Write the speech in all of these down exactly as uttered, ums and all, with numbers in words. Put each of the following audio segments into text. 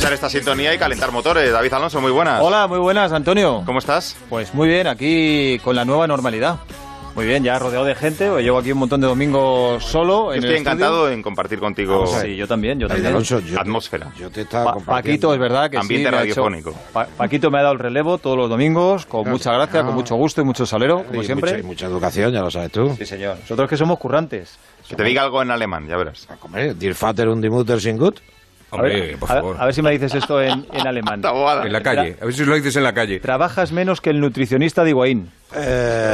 escuchar esta sintonía y calentar motores. David Alonso, muy buenas. Hola, muy buenas, Antonio. ¿Cómo estás? Pues muy bien, aquí con la nueva normalidad. Muy bien, ya rodeado de gente. Llevo aquí un montón de domingos solo. Yo en estoy el encantado estudio. en compartir contigo. Ah, sí, yo también, yo David también. Alonso, yo Atmósfera. Yo te estaba Pa compartiendo. Paquito, es verdad que Ambiente sí. me ha radiofónico. hecho- Pa Paquito me ha dado el relevo todos los domingos, con Claro, mucha gracia, no. con mucho gusto y mucho salero, Y como siempre. Mucha, y mucha educación, ya lo sabes tú. Sí, señor. Nosotros que somos currantes. Que te diga algo en alemán, ya verás. Hombre, dir Vater und die Mutter sind gut. A ver, Hombre, por a ver- favor. a ver si me dices esto en, en alemán. En la calle. A ver si lo dices en la calle. Trabajas menos que el nutricionista de Higuaín. Eh,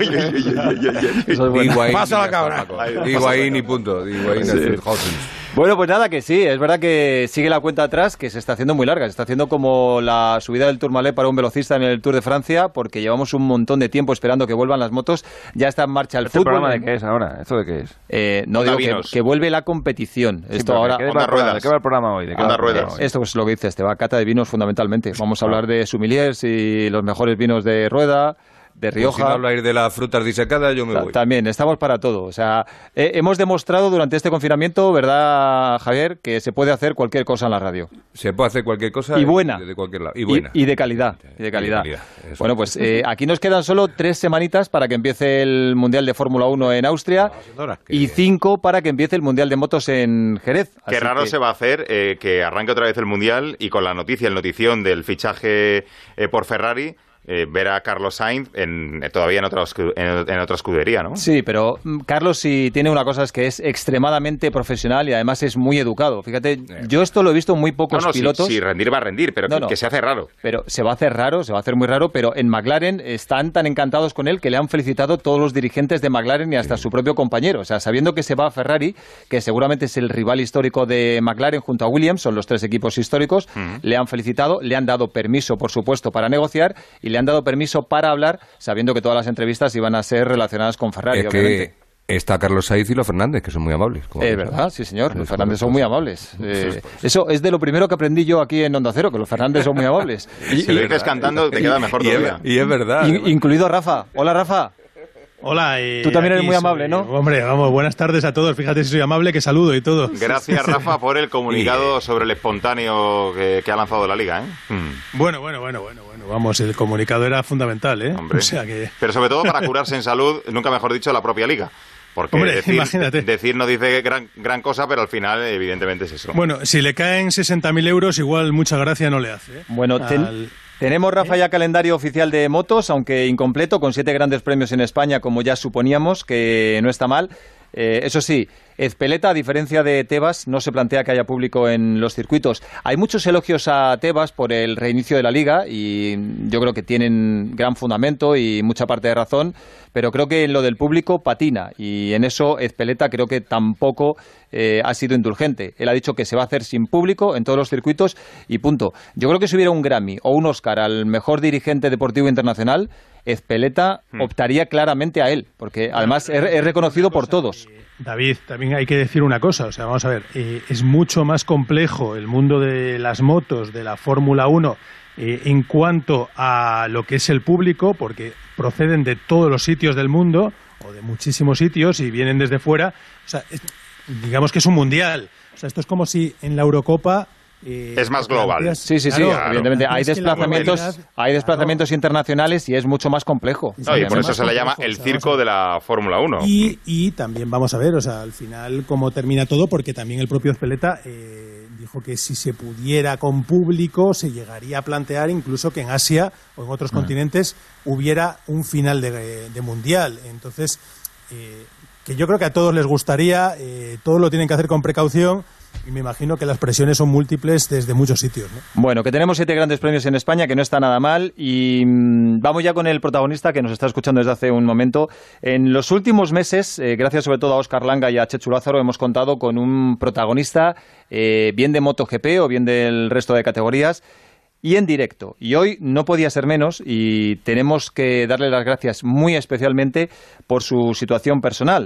Eso es bueno. Higuaín Pasa la y ya cabra. está, Paco. Higuaín y punto. Higuaín sí. Bueno, pues nada, que sí, es verdad que sigue la cuenta atrás, que se está haciendo muy larga, se está haciendo como la subida del Tourmalet para un velocista en el Tour de Francia, porque llevamos un montón de tiempo esperando que vuelvan las motos, ya está en marcha el ¿Este fútbol. programa de qué es ahora? ¿Esto de qué es? Eh, no Onda digo que, Vinos. que vuelve la competición. Sí, Esto pero ahora... ¿de qué va Onda el programa? Ruedas. ¿De qué va el programa hoy? ¿De qué Onda va el programa Ruedas. hoy? Esto es lo que dice este, va cata de vinos fundamentalmente. Vamos a hablar de sommeliers y los mejores vinos de Rueda, de Pues si Rioja. no habláis de las frutas disecadas, yo me Ta- voy. También, estamos para todo. O sea, eh, hemos demostrado durante este confinamiento, ¿verdad, Javier?, que se puede hacer cualquier cosa en la radio. Se puede hacer cualquier cosa Y buena. de cualquier lado. Y buena. Y, y de calidad. Y de calidad. calidad, eso. Bueno, pues eh, aquí nos quedan solo tres semanitas para que empiece el Mundial de Fórmula uno en Austria y cinco para que empiece el Mundial de Motos en Jerez. Qué Así raro que- se va a hacer eh, que arranque otra vez el Mundial y con la noticia, el notición del fichaje eh, por Ferrari, eh, ver a Carlos Sainz en, eh, todavía en otra, escu- en, en otra escudería, ¿no? Sí, pero mm, Carlos sí tiene una cosa, es que es extremadamente profesional y además es muy educado. Fíjate, yo esto lo he visto en muy No, pocos no, si, pilotos. si rendir va a rendir, pero No, que, no. que se hace raro. Pero se va a hacer raro, se va a hacer muy raro, pero en McLaren están tan encantados con él que le han felicitado todos los dirigentes de McLaren y hasta su propio compañero. O sea, sabiendo que se va a Ferrari, que seguramente es el rival histórico de McLaren junto a Williams, son los tres equipos históricos, le han felicitado, le han dado permiso, por supuesto, para negociar y le han dado permiso para hablar, sabiendo que todas las entrevistas iban a ser relacionadas con Ferrari, Es obviamente. que está Carlos Sainz y los Fernández, que son muy amables. como Es habéis verdad, dicho. sí señor, los Eso, Fernández son eso, muy eso. amables. Eh, Eso es- eso es de lo primero que aprendí yo aquí en Onda Cero, que los Fernández son muy amables. Y- Si lo y- dices cantando, te queda mejor Y es, todavía. y es verdad. in- incluido Rafa. Hola, Rafa. Hola, y Tú también eres aquí muy soy- amable, ¿no? Hombre, vamos, buenas tardes a todos. Fíjate si soy amable, que saludo y todo. Gracias, Rafa, por el comunicado sobre el espontáneo que, que ha lanzado la Liga, ¿eh? Mm. Bueno, bueno, bueno, bueno, bueno. Vamos, el comunicado era fundamental, ¿eh? Hombre. O sea que... Pero sobre todo para curarse en salud, nunca mejor dicho, la propia Liga. Porque Hombre, decir, imagínate. decir no dice gran, gran cosa, pero al final, evidentemente, es eso. Bueno, si le caen sesenta mil euros, igual mucha gracia no le hace. ¿eh? Bueno, ten- Al- tenemos, Rafa, ya calendario oficial de motos, aunque incompleto, con siete grandes premios en España, como ya suponíamos, que no está mal. Eh, eso sí, Ezpeleta, a diferencia de Tebas, no se plantea que haya público en los circuitos. Hay muchos elogios a Tebas por el reinicio de la Liga y yo creo que tienen gran fundamento y mucha parte de razón, pero creo que en lo del público patina y en eso Ezpeleta creo que tampoco eh, ha sido indulgente. Él ha dicho que se va a hacer sin público en todos los circuitos y punto. Yo creo que si hubiera un Grammy o un Oscar al mejor dirigente deportivo internacional, Ezpeleta optaría claramente a él, porque además es, es reconocido por todos. David, también hay que decir una cosa, o sea, vamos a ver, eh, es mucho más complejo el mundo de las motos, de la Fórmula uno, eh, en cuanto a lo que es el público, porque proceden de todos los sitios del mundo, o de muchísimos sitios, y vienen desde fuera, o sea, es- digamos que es un mundial, o sea, esto es como si en la Eurocopa... eh, Es más te global. planteas- Sí, sí, sí, claro, evidentemente. Hay planteas que la desplazamientos, globalidad- hay desplazamientos internacionales y es mucho más complejo. No, y por además eso se le llama complejo, el o sea, circo vamos a de la Fórmula uno. Y, y también vamos a ver, o sea, al final cómo termina todo, porque también el propio Ezpeleta eh, dijo que si se pudiera con público se llegaría a plantear incluso que en Asia o en otros continentes hubiera un final de, de mundial. Entonces, eh, que yo creo que a todos les gustaría, eh, todos lo tienen que hacer con precaución. Y me imagino que las presiones son múltiples desde muchos sitios, ¿no? Bueno, que tenemos siete grandes premios en España, que no está nada mal. Y mm, vamos ya con el protagonista que nos está escuchando desde hace un momento. En los últimos meses, eh, gracias sobre todo a Óscar Langa y a Chechu Lázaro, hemos contado con un protagonista eh, bien de MotoGP o bien del resto de categorías y en directo. Y hoy no podía ser menos y tenemos que darle las gracias muy especialmente por su situación personal.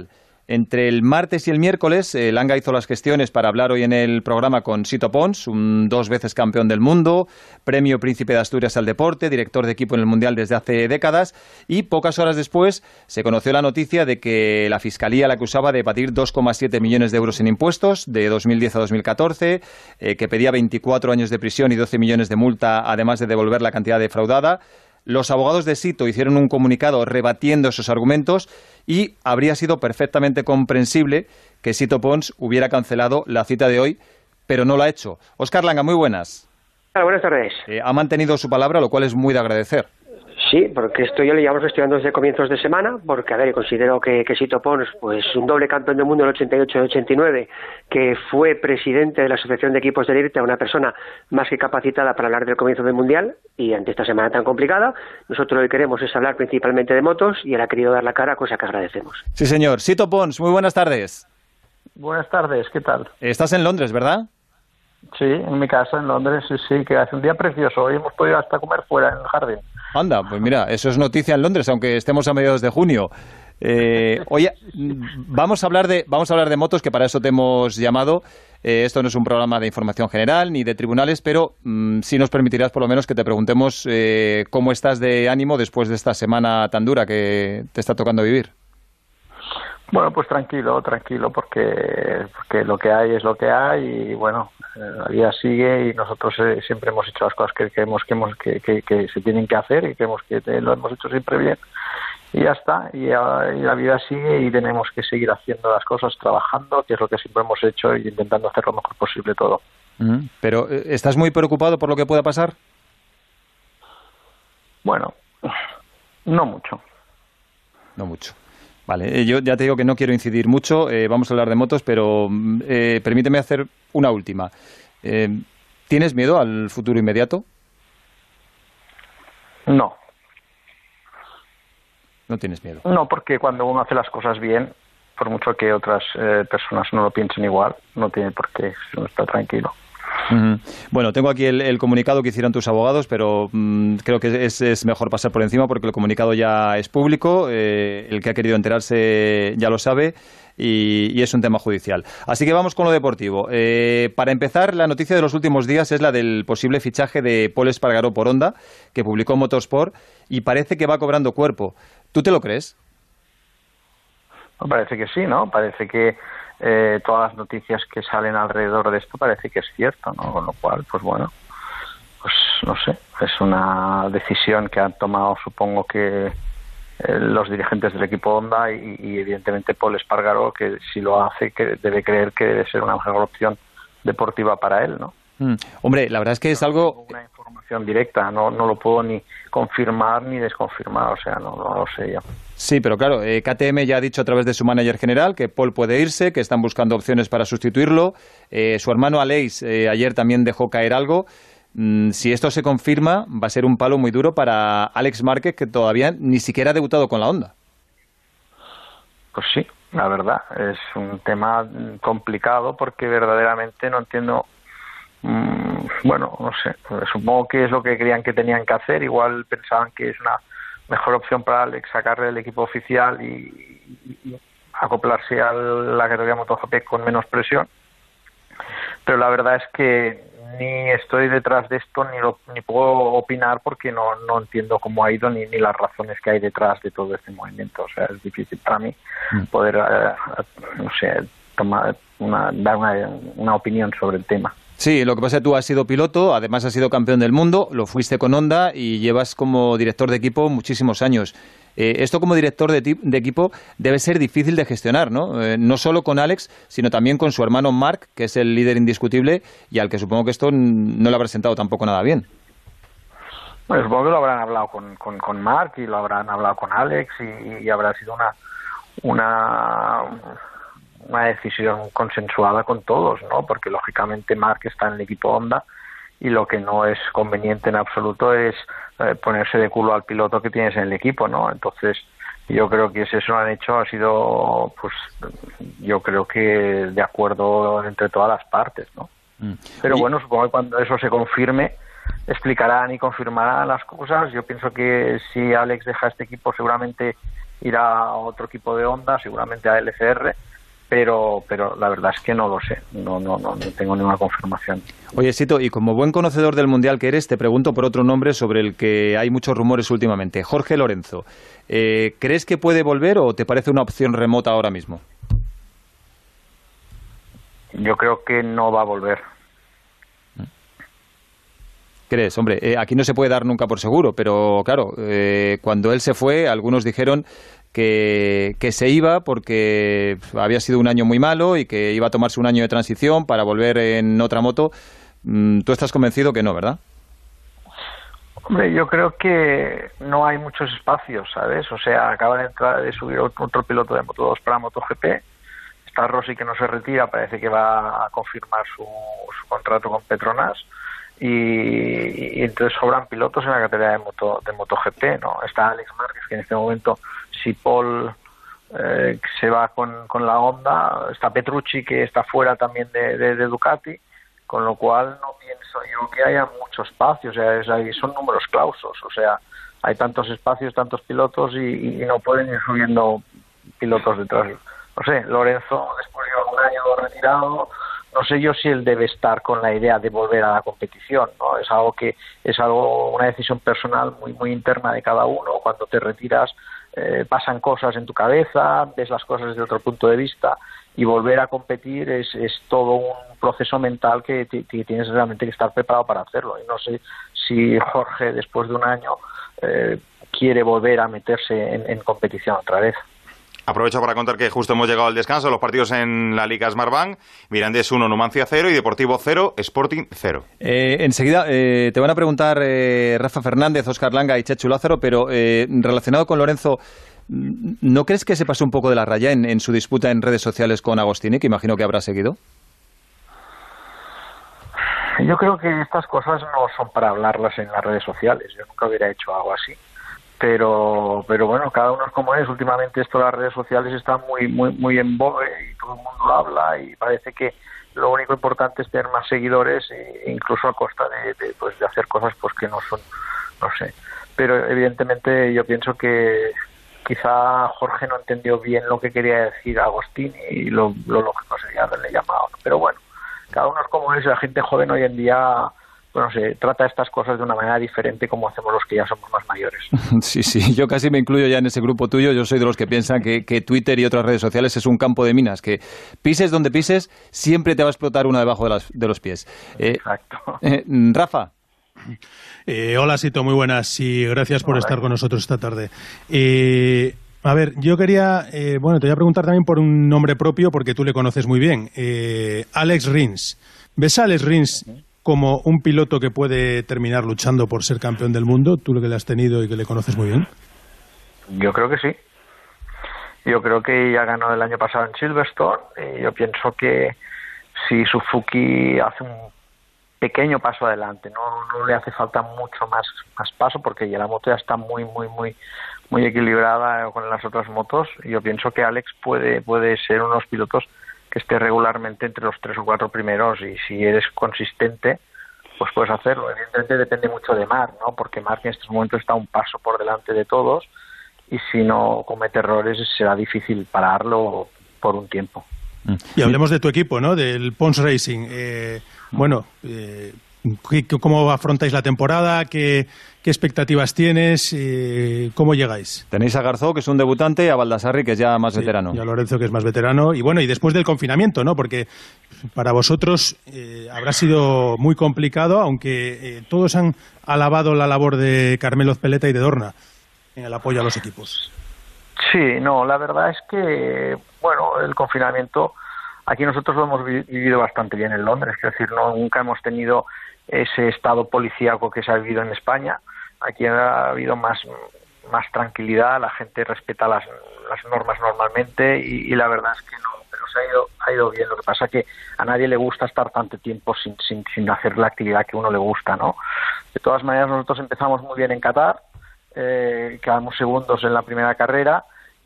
Entre el martes y el miércoles, eh, Langa hizo las gestiones para hablar hoy en el programa con Sito Pons, un dos veces campeón del mundo, premio Príncipe de Asturias al deporte, director de equipo en el Mundial desde hace décadas, y pocas horas después se conoció la noticia de que la Fiscalía le acusaba de evadir dos coma siete millones de euros en impuestos de dos mil diez a dos mil catorce, eh, que pedía veinticuatro años de prisión y doce millones de multa, además de devolver la cantidad defraudada. Los abogados de Sito hicieron un comunicado rebatiendo esos argumentos y habría sido perfectamente comprensible que Sito Pons hubiera cancelado la cita de hoy, pero no lo ha hecho. Óscar Langa, muy buenas. Hola, buenas tardes. Eh, ha mantenido su palabra, lo cual es muy de agradecer. Sí, porque esto ya lo llevamos estudiando desde comienzos de semana, porque, a ver, considero que, que Sito Pons, pues un doble campeón del mundo en el ochenta y ocho y el ochenta y nueve, que fue presidente de la Asociación de Equipos de Élite, una persona más que capacitada para hablar del comienzo del Mundial, y ante esta semana tan complicada, nosotros lo que queremos es hablar principalmente de motos, y él ha querido dar la cara, cosa que agradecemos. Sí, señor. Sito Pons, muy buenas tardes. Buenas tardes, ¿qué tal? Estás en Londres, ¿verdad? Sí, en mi casa en Londres, sí, sí, que hace un día precioso. Hoy hemos podido hasta comer fuera, en el jardín. Anda, pues mira, eso es noticia en Londres, aunque estemos a mediados de junio. Eh, oye, vamos a hablar de vamos a hablar de motos, que para eso te hemos llamado. Eh, esto no es un programa de información general ni de tribunales, pero mmm, sí nos permitirás por lo menos que te preguntemos eh, cómo estás de ánimo después de esta semana tan dura que te está tocando vivir. Bueno, pues tranquilo, tranquilo, porque, porque lo que hay es lo que hay y bueno, la vida sigue y nosotros eh, siempre hemos hecho las cosas que creemos que, hemos, que, que, que se tienen que hacer y creemos que te, lo hemos hecho siempre bien y ya está, y, y la vida sigue y tenemos que seguir haciendo las cosas, trabajando, que es lo que siempre hemos hecho y intentando hacer lo mejor posible todo. Mm, pero, ¿estás muy preocupado por lo que pueda pasar? Bueno, no mucho. No mucho. Vale, yo ya te digo que no quiero incidir mucho, eh, vamos a hablar de motos, pero eh, permíteme hacer una última. Eh, ¿Tienes miedo al futuro inmediato? No. No tienes miedo. No, porque cuando uno hace las cosas bien, por mucho que otras eh, personas no lo piensen igual, no tiene por qué, uno está tranquilo. Uh-huh. Bueno, tengo aquí el, el comunicado que hicieron tus abogados, pero mmm, creo que es, es mejor pasar por encima porque el comunicado ya es público, eh, el que ha querido enterarse ya lo sabe y, y es un tema judicial. Así que vamos con lo deportivo. Eh, para empezar, la noticia de los últimos días es la del posible fichaje de Pol Espargaró por Honda, que publicó Motorsport y parece que va cobrando cuerpo. ¿Tú te lo crees? Parece que sí, ¿no? Parece que Eh, todas las noticias que salen alrededor de esto parece que es cierto, ¿no? Con lo cual, pues bueno, pues no sé, es una decisión que han tomado, supongo que eh, los dirigentes del equipo Honda y, y evidentemente Pol Espargaró, que si lo hace, que debe creer que debe ser una mejor opción deportiva para él, ¿no? Mm. Hombre, la verdad es que es algo... Una información directa, no, no lo puedo ni confirmar ni desconfirmar, o sea, no, no lo sé yo. Sí, pero claro, eh, K T M ya ha dicho a través de su manager general que Pol puede irse, que están buscando opciones para sustituirlo. Eh, su hermano Aleix eh, ayer también dejó caer algo. Mm, si esto se confirma, va a ser un palo muy duro para Alex Márquez, que todavía ni siquiera ha debutado con la Honda. Pues sí, la verdad, es un tema complicado porque verdaderamente no entiendo. Mmm, bueno, no sé, supongo que es lo que creían que tenían que hacer. Igual pensaban que es una mejor opción para Alex sacarle el equipo oficial y, y, y acoplarse a la categoría MotoGP con menos presión, pero la verdad es que ni estoy detrás de esto ni lo, ni puedo opinar porque no, no entiendo cómo ha ido ni, ni las razones que hay detrás de todo este movimiento. O sea, es difícil para mí poder eh, no sé, tomar una, dar una, una opinión sobre el tema. Sí, lo que pasa es que tú has sido piloto, además has sido campeón del mundo, lo fuiste con Honda y llevas como director de equipo muchísimos años. Eh, esto como director de, de equipo debe ser difícil de gestionar, ¿no? Eh, no solo con Alex, sino también con su hermano Marc, que es el líder indiscutible y al que supongo que esto no le habrá sentado tampoco nada bien. Bueno, supongo que lo habrán hablado con, con, con Marc y lo habrán hablado con Alex y, y habrá sido una... una una decisión consensuada con todos, ¿no? Porque lógicamente Marc está en el equipo Honda y lo que no es conveniente en absoluto es eh, ponerse de culo al piloto que tienes en el equipo, ¿no? Entonces yo creo que si eso lo han hecho ha sido, pues yo creo que de acuerdo entre todas las partes, ¿no? Mm. Pero bueno, supongo que cuando eso se confirme explicarán y confirmarán las cosas. Yo pienso que si Alex deja este equipo seguramente irá a otro equipo de Honda, seguramente a L C R, pero pero la verdad es que no lo sé, no no no, no tengo ninguna confirmación. Oye, Sito, y como buen conocedor del Mundial que eres, te pregunto por otro nombre sobre el que hay muchos rumores últimamente, Jorge Lorenzo. Eh, ¿Crees que puede volver o te parece una opción remota ahora mismo? Yo creo que no va a volver. ¿Crees? Hombre, eh, aquí no se puede dar nunca por seguro, pero claro, eh, cuando él se fue, algunos dijeron que, que se iba porque había sido un año muy malo y que iba a tomarse un año de transición para volver en otra moto. Mm, tú estás convencido que no, ¿verdad? Hombre, yo creo que no hay muchos espacios, ¿sabes? O sea, acaba de entrar de subir otro, otro piloto de Moto dos para MotoGP. Está Rossi, que no se retira, parece que va a confirmar su, su contrato con Petronas. Y, y entonces sobran pilotos en la categoría de moto de MotoGP, ¿no? Está Alex Márquez, que en este momento, si Paul eh, se va con, con la Honda, está Petrucci, que está fuera también de, de, de Ducati, con lo cual no pienso yo que haya mucho espacio, o sea, es, hay, son números clausos, o sea, hay tantos espacios, tantos pilotos y, y no pueden ir subiendo pilotos detrás. No sé, Lorenzo después de un año retirado, no sé yo si él debe estar con la idea de volver a la competición, ¿no? Es algo que es algo una decisión personal muy muy interna de cada uno. Cuando te retiras eh, pasan cosas en tu cabeza, ves las cosas desde otro punto de vista y volver a competir es, es todo un proceso mental que, t- que tienes realmente que estar preparado para hacerlo. Y no sé si Jorge después de un año eh, quiere volver a meterse en, en competición otra vez. Aprovecho para contar que justo hemos llegado al descanso. Los partidos en la Liga Smartbank: Mirandés uno, Numancia cero y Deportivo cero, Sporting cero. Eh, enseguida eh, te van a preguntar eh, Rafa Fernández, Óscar Langa y Chechu Lázaro, pero eh, relacionado con Lorenzo, ¿no crees que se pasó un poco de la raya en, en su disputa en redes sociales con Agostini, que imagino que habrá seguido? Yo creo que estas cosas no son para hablarlas en las redes sociales. Yo nunca hubiera hecho algo así. Pero pero bueno, cada uno es como es. Últimamente esto de las redes sociales está muy muy muy en boga y todo el mundo habla y parece que lo único importante es tener más seguidores, e incluso a costa de, de, pues, de hacer cosas pues que no son, no sé. Pero evidentemente yo pienso que quizá Jorge no entendió bien lo que quería decir Agostini y lo, lo lógico sería haberle llamado. Pero bueno, cada uno es como es. La gente joven hoy en día, bueno, se trata estas cosas de una manera diferente como hacemos los que ya somos más mayores. Sí, sí, yo casi me incluyo ya en ese grupo tuyo. Yo soy de los que piensan que, que Twitter y otras redes sociales es un campo de minas, que pises donde pises, siempre te va a explotar una debajo de, las, de los pies. Eh, Exacto. Eh, Rafa. Eh, hola, Sito, muy buenas y gracias por hola. estar con nosotros esta tarde. Eh, a ver, yo quería, eh, bueno, te voy a preguntar también por un nombre propio porque tú le conoces muy bien. Eh, Alex Rins. ¿Ves a Alex Rins como un piloto que puede terminar luchando por ser campeón del mundo, tú lo que le has tenido y que le conoces muy bien? Yo creo que sí. Yo creo que ya ganó el año pasado en Silverstone y yo pienso que si Suzuki hace un pequeño paso adelante, no, no le hace falta mucho más, más paso porque ya la moto ya está muy, muy, muy, muy equilibrada con las otras motos. Yo pienso que Alex puede, puede ser uno de los pilotos que esté regularmente entre los tres o cuatro primeros y si eres consistente pues puedes hacerlo. Evidentemente depende mucho de Marc, ¿no? Porque Marc en estos momentos está un paso por delante de todos y si no comete errores será difícil pararlo por un tiempo. Y hablemos de tu equipo, ¿no? Del Pons Racing. Eh, bueno, eh, ¿cómo afrontáis la temporada? ¿Qué, qué expectativas tienes? Eh, ¿Cómo llegáis? Tenéis a Garzó, que es un debutante, y a Baldassarri, que es ya más sí, veterano. Y a Lorenzo, que es más veterano. Y bueno, y después del confinamiento, ¿no? Porque para vosotros eh, habrá sido muy complicado, aunque eh, todos han alabado la labor de Carmelo Ezpeleta y de Dorna en el apoyo a los equipos. Sí, no, la verdad es que, bueno, el confinamiento, aquí nosotros lo hemos vivido bastante bien en Londres, es decir, no, nunca hemos tenido ese estado policíaco que se ha vivido en España. Aquí ha habido más, más tranquilidad, la gente respeta las, las normas normalmente y, y la verdad es que no, pero se ha ido, ha ido bien. Lo que pasa es que a nadie le gusta estar tanto tiempo sin, sin, sin hacer la actividad que a uno le gusta, ¿no? De todas maneras, nosotros empezamos muy bien en Qatar, eh, quedamos segundos en la primera carrera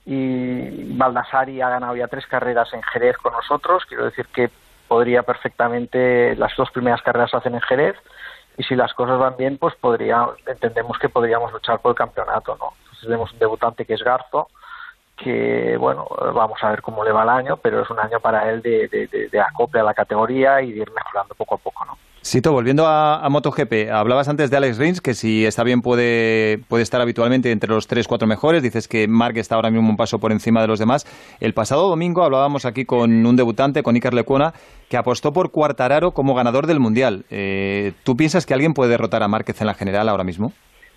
y Baldassarri ha ganado ya tres carreras en Jerez con nosotros. Quiero decir que podría perfectamente, las dos primeras carreras se hacen en Jerez y si las cosas van bien, pues podría, entendemos que podríamos luchar por el campeonato, ¿no? Entonces tenemos un debutante que es Garzo que, bueno, vamos a ver cómo le va el año, pero es un año para él de, de, de, de acople a la categoría y de ir mejorando poco a poco, ¿no? Sito, volviendo a, a MotoGP, hablabas antes de Alex Rins, que si está bien puede, puede estar habitualmente entre los tres cuatro mejores. Dices que Marc está ahora mismo un paso por encima de los demás. El pasado domingo hablábamos aquí con un debutante, con Iker Lecuona, que apostó por Quartararo como ganador del Mundial. Eh, ¿Tú piensas que alguien puede derrotar a Márquez en la general ahora mismo?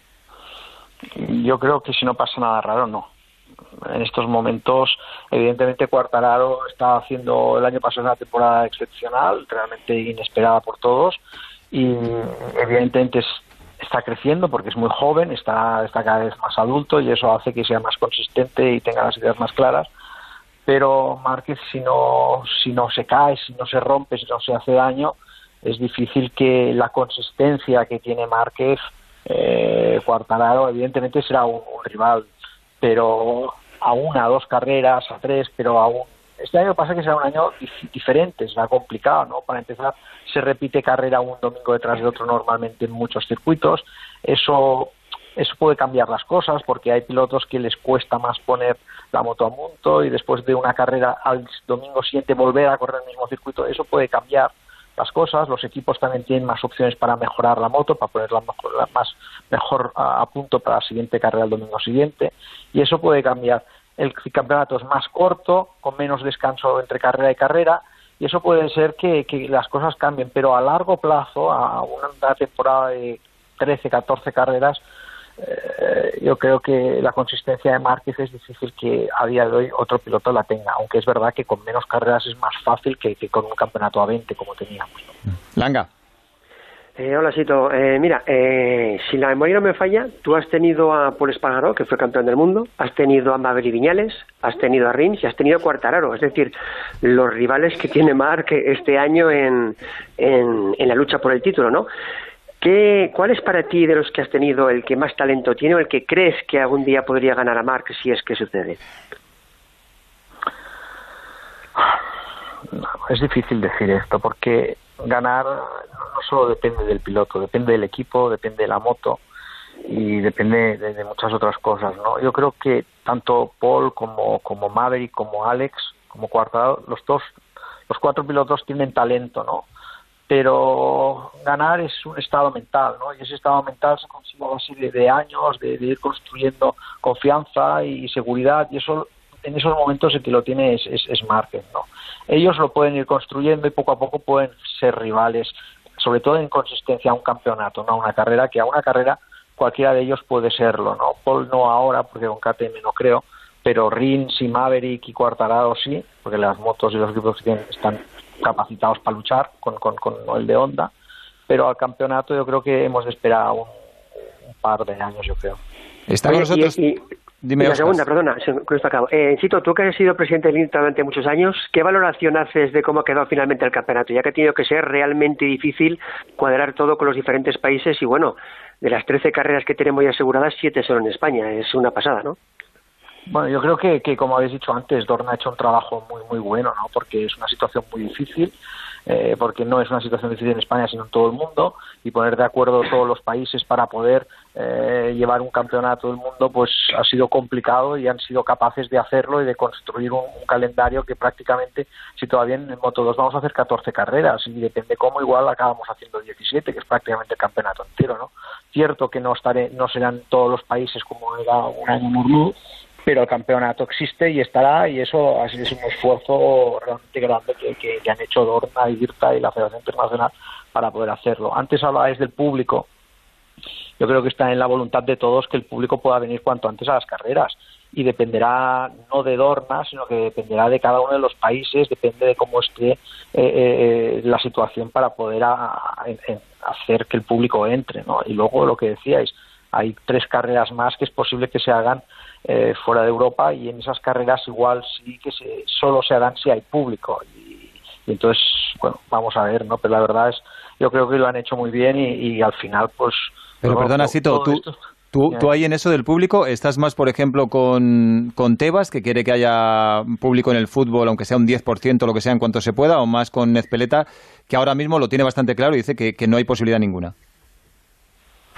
Yo creo que si no pasa nada raro, no. En estos momentos, evidentemente, Quartararo está haciendo el año pasado una temporada excepcional, realmente inesperada por todos, y evidentemente es, está creciendo porque es muy joven, está, está cada vez más adulto y eso hace que sea más consistente y tenga las ideas más claras. Pero Márquez, si no, si no se cae, si no se rompe, si no se hace daño, es difícil que la consistencia que tiene Márquez, eh, Quartararo, evidentemente será un, un rival, pero a una, a dos carreras, a tres, pero aún este año pasa que será un año dif- diferente, será complicado, ¿no? Para empezar, se repite carrera un domingo detrás de otro normalmente en muchos circuitos, eso eso puede cambiar las cosas porque hay pilotos que les cuesta más poner la moto a punto y después de una carrera al domingo siguiente volver a correr el mismo circuito, eso puede cambiar las cosas. Los equipos también tienen más opciones para mejorar la moto, para ponerla mejor, la más mejor a, a punto para la siguiente carrera el domingo siguiente, y eso puede cambiar. El campeonato es más corto, con menos descanso entre carrera y carrera, y eso puede ser que, que las cosas cambien, pero a largo plazo, a una temporada de trece, catorce carreras, eh, yo creo que la consistencia de Márquez es difícil que a día de hoy otro piloto la tenga, aunque es verdad que con menos carreras es más fácil que, que con un campeonato a veinte como teníamos, ¿no? Langa. Eh, hola, Sito. Eh, mira, eh, si la memoria no me falla, tú has tenido a Pol Espargaró, que fue campeón del mundo, has tenido a Maverick Viñales, has tenido a Rins y has tenido a Quartararo. Es decir, los rivales que tiene Marc este año en, en, en la lucha por el título, ¿no? ¿Qué, ¿Cuál es para ti de los que has tenido el que más talento tiene o el que crees que algún día podría ganar a Marc si es que sucede? Es difícil decir esto porque ganar no solo depende del piloto, depende del equipo, depende de la moto y depende de, de muchas otras cosas, ¿no? Yo creo que tanto Paul como, como Maverick, como Alex, como Quartararo, los dos, los cuatro pilotos tienen talento, ¿no? Pero ganar es un estado mental, ¿no? Y ese estado mental se consigue a base de, de años, de, de ir construyendo confianza y seguridad, y eso en esos momentos el que lo tiene es, es, es Márquez, ¿no? Ellos lo pueden ir construyendo y poco a poco pueden ser rivales, sobre todo en consistencia a un campeonato, no a una carrera, que a una carrera cualquiera de ellos puede serlo, ¿no? Paul no ahora, porque con K T M no creo, pero Rins y Maverick y Quartararo sí, porque las motos y los equipos que tienen están capacitados para luchar con, con, con el de Honda, pero al campeonato yo creo que hemos de esperar un, un par de años, yo creo. Está con nosotros... Y, y, Dime, y la Oscar. segunda, perdona, con esto acabo. Eh, Sito, tú que has sido presidente del I N T A durante muchos años, ¿qué valoración haces de cómo ha quedado finalmente el campeonato? Ya que ha tenido que ser realmente difícil cuadrar todo con los diferentes países y bueno, de las trece carreras que tenemos ya aseguradas, siete son en España. Es una pasada, ¿no? Bueno, yo creo que, que como habéis dicho antes, Dorna ha hecho un trabajo muy muy bueno, ¿no? Porque es una situación muy difícil, eh, porque no es una situación difícil en España, sino en todo el mundo, y poner de acuerdo todos los países para poder eh, llevar un campeonato del mundo, pues ha sido complicado y han sido capaces de hacerlo y de construir un, un calendario que prácticamente, si todavía en Moto dos vamos a hacer catorce carreras, y depende cómo, igual acabamos haciendo diecisiete, que es prácticamente el campeonato entero, ¿no? Cierto que no estaré, no serán todos los países como era un año normal, pero el campeonato existe y estará, y eso ha sido un esfuerzo realmente grande que, que, que han hecho Dorna y IRTA y la Federación Internacional para poder hacerlo. Antes hablabais del público. Yo creo que está en la voluntad de todos que el público pueda venir cuanto antes a las carreras, y dependerá no de Dorna, sino que dependerá de cada uno de los países, depende de cómo esté eh, eh, la situación para poder a, a, a hacer que el público entre, ¿no? Y luego lo que decíais, hay tres carreras más que es posible que se hagan eh, fuera de Europa, y en esas carreras igual sí que se, solo se harán si hay público, y, y entonces, bueno, vamos a ver, ¿no? Pero la verdad es, yo creo que lo han hecho muy bien y, y al final, pues... Pero bueno, perdona, Sito, tú, esto... tú, tú ahí en eso del público, ¿estás más, por ejemplo, con, con Tebas, que quiere que haya público en el fútbol, aunque sea un diez por ciento, lo que sea, en cuanto se pueda, o más con Ezpeleta, que ahora mismo lo tiene bastante claro y dice que, que no hay posibilidad ninguna?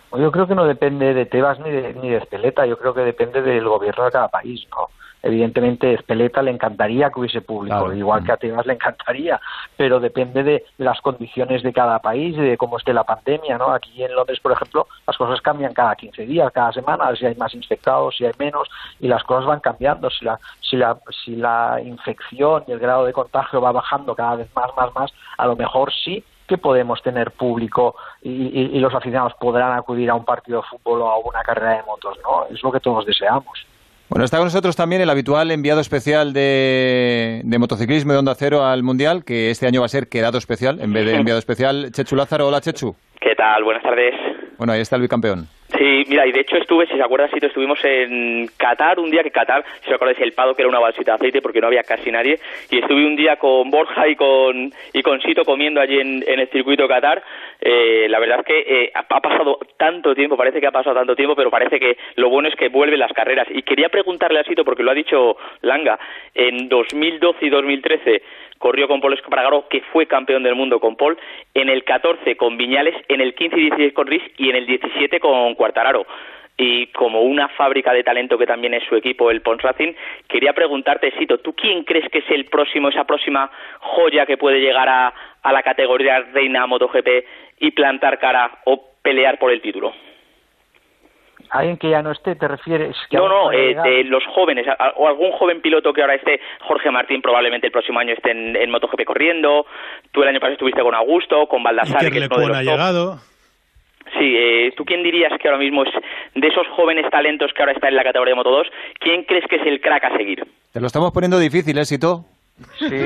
Yo creo que no depende de Tebas ni de, ni de Ezpeleta, yo creo que depende del gobierno de cada país, ¿no? Evidentemente a Ezpeleta le encantaría que hubiese público, claro, igual que a Tebas le encantaría, pero depende de las condiciones de cada país y de cómo esté la pandemia, ¿no? Aquí en Londres, por ejemplo, las cosas cambian cada quince días, cada semana, si hay más infectados, si hay menos, y las cosas van cambiando. Si la, si la, si la infección y el grado de contagio va bajando cada vez más, más, más, a lo mejor sí que podemos tener público y, y, y los aficionados podrán acudir a un partido de fútbol o a una carrera de motos, ¿no? Es lo que todos deseamos. Bueno, está con nosotros también el habitual enviado especial de, de motociclismo de Onda Cero al Mundial, que este año va a ser quedado especial en vez de enviado especial. Chechu Lázaro, hola Chechu. ¿Qué tal? Buenas tardes. Bueno, ahí está el bicampeón. Sí, mira, y de hecho estuve, si se acuerdan, Sito, estuvimos en Qatar, un día que Qatar, si os acordáis, el Pado, que era una balsita de aceite porque no había casi nadie, y estuve un día con Borja y con y con Sito comiendo allí en, en el circuito Qatar. Eh, la verdad es que eh, ha pasado tanto tiempo, parece que ha pasado tanto tiempo, pero parece que lo bueno es que vuelven las carreras. Y quería preguntarle a Sito, porque lo ha dicho Langa, en dos mil doce y dos mil trece corrió con Pol Espargaró, que fue campeón del mundo con Pol, en el catorce con Viñales, en el quince y dieciséis con Rins y en el diecisiete con Quartararo. Y como una fábrica de talento que también es su equipo, el Pons Racing, quería preguntarte, Sito, ¿tú quién crees que es el próximo, esa próxima joya que puede llegar a, a la categoría reina MotoGP y plantar cara o pelear por el título? ¿Alguien que ya no esté, te refieres? Que no, no, eh, de los jóvenes, a, o algún joven piloto que ahora esté. Jorge Martín probablemente el próximo año esté en, en MotoGP corriendo. Tú el año pasado estuviste con Augusto, con Baldassarre, que es uno de los ha llegado. Sí, eh, ¿tú quién dirías que ahora mismo es de esos jóvenes talentos que ahora está en la categoría de Moto dos? ¿Quién crees que es el crack a seguir? Te lo estamos poniendo difícil, ¿eh, Sito? Sí.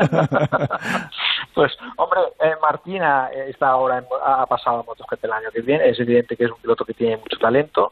Pues, hombre, eh, Martina está ahora en, ha pasado a MotoGP el año que viene. Es evidente que es un piloto que tiene mucho talento.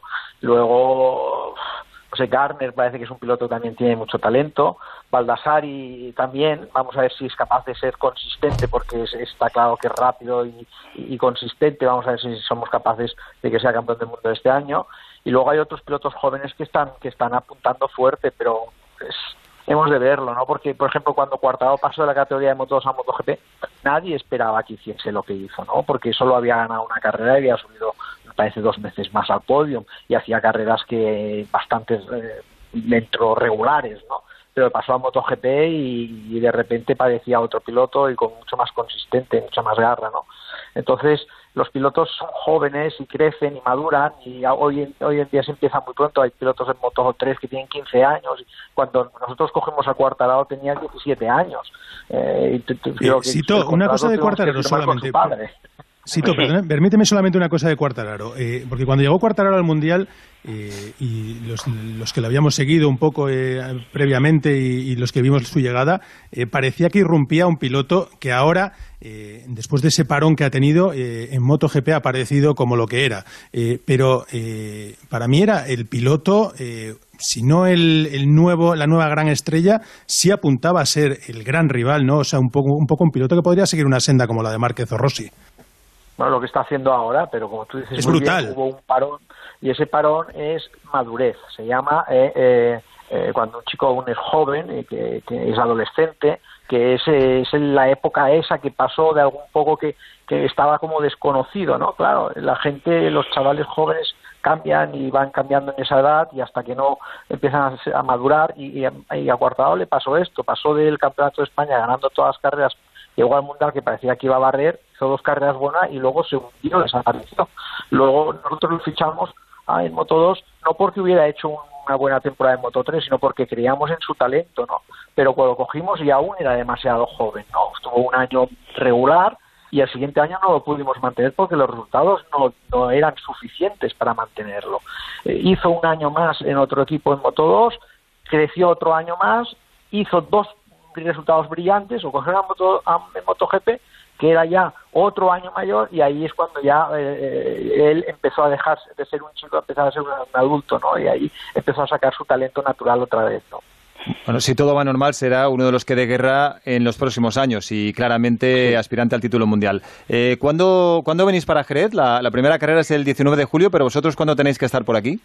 Luego, no sé, Garner parece que es un piloto que también tiene mucho talento. Baldassarre también. Vamos a ver si es capaz de ser consistente, porque es, está claro que es rápido y, y, y consistente. Vamos a ver si somos capaces de que sea campeón del mundo este año. Y luego hay otros pilotos jóvenes que están que están apuntando fuerte, pero es, hemos de verlo, ¿no? Porque, por ejemplo, cuando Quartararo pasó de la categoría de Moto dos a MotoGP, nadie esperaba que hiciese lo que hizo, ¿no? Porque solo había ganado una carrera y había subido, me parece, dos veces más al podio y hacía carreras que bastante eh, dentro regulares, ¿no? Pero pasó a MotoGP y, y de repente parecía otro piloto y con mucho más consistente, mucha más garra, ¿no? Entonces, los pilotos son jóvenes y crecen y maduran y hoy en, hoy en día se empieza muy pronto. Hay pilotos en Moto tres que tienen quince años. Cuando nosotros cogemos a Quartararo tenía diecisiete años. Eh, y t- t- creo eh, que Sito, una cosa de Quartararo solamente. Sito, perdón, permíteme solamente una cosa de Quartararo, eh, porque cuando llegó Quartararo al Mundial eh, y los, los que lo habíamos seguido un poco eh, previamente y, y los que vimos su llegada, eh, parecía que irrumpía un piloto que ahora, eh, después de ese parón que ha tenido, eh, en MotoGP ha aparecido como lo que era. Eh, pero eh, para mí era el piloto... Eh, si no el, el nuevo, la nueva gran estrella, sí apuntaba a ser el gran rival, ¿no? O sea, un poco un poco un piloto que podría seguir una senda como la de Márquez o Rossi. Bueno, lo que está haciendo ahora, pero como tú dices, es muy brutal. Bien, hubo un parón y ese parón es madurez. Se llama eh, eh, eh, cuando un chico aún es joven, eh, que, que es adolescente, que es, es la época esa que pasó de algún poco que, que estaba como desconocido, ¿no? Claro, la gente, los chavales jóvenes cambian y van cambiando en esa edad y hasta que no empiezan a, a madurar y, y, a, y a Quartararo le pasó esto, pasó del Campeonato de España ganando todas las carreras, llegó al Mundial que parecía que iba a barrer, hizo dos carreras buenas y luego se hundió, desapareció. Luego nosotros lo fichamos ah, en Moto dos no porque hubiera hecho un, una buena temporada en Moto tres, sino porque creíamos en su talento, ¿no? Pero cuando lo cogimos y aún era demasiado joven, ¿no? Estuvo un año regular y el siguiente año no lo pudimos mantener porque los resultados no, no eran suficientes para mantenerlo. Eh, hizo un año más en otro equipo en Moto dos, creció otro año más, hizo dos resultados brillantes, o cogió una moto, en MotoGP, que era ya otro año mayor, y ahí es cuando ya eh, él empezó a dejar de ser un chico, empezó a ser un, un adulto, ¿no? Y ahí empezó a sacar su talento natural otra vez, ¿no? Bueno, si todo va normal, será uno de los que dé guerra en los próximos años y claramente sí. aspirante al título mundial. Eh, ¿cuándo, ¿Cuándo venís para Jerez? La, la primera carrera es el diecinueve de julio, pero ¿vosotros cuándo tenéis que estar por aquí?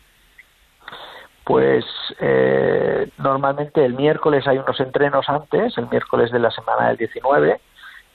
Pues eh, normalmente el miércoles hay unos entrenos antes, el miércoles de la semana del diecinueve,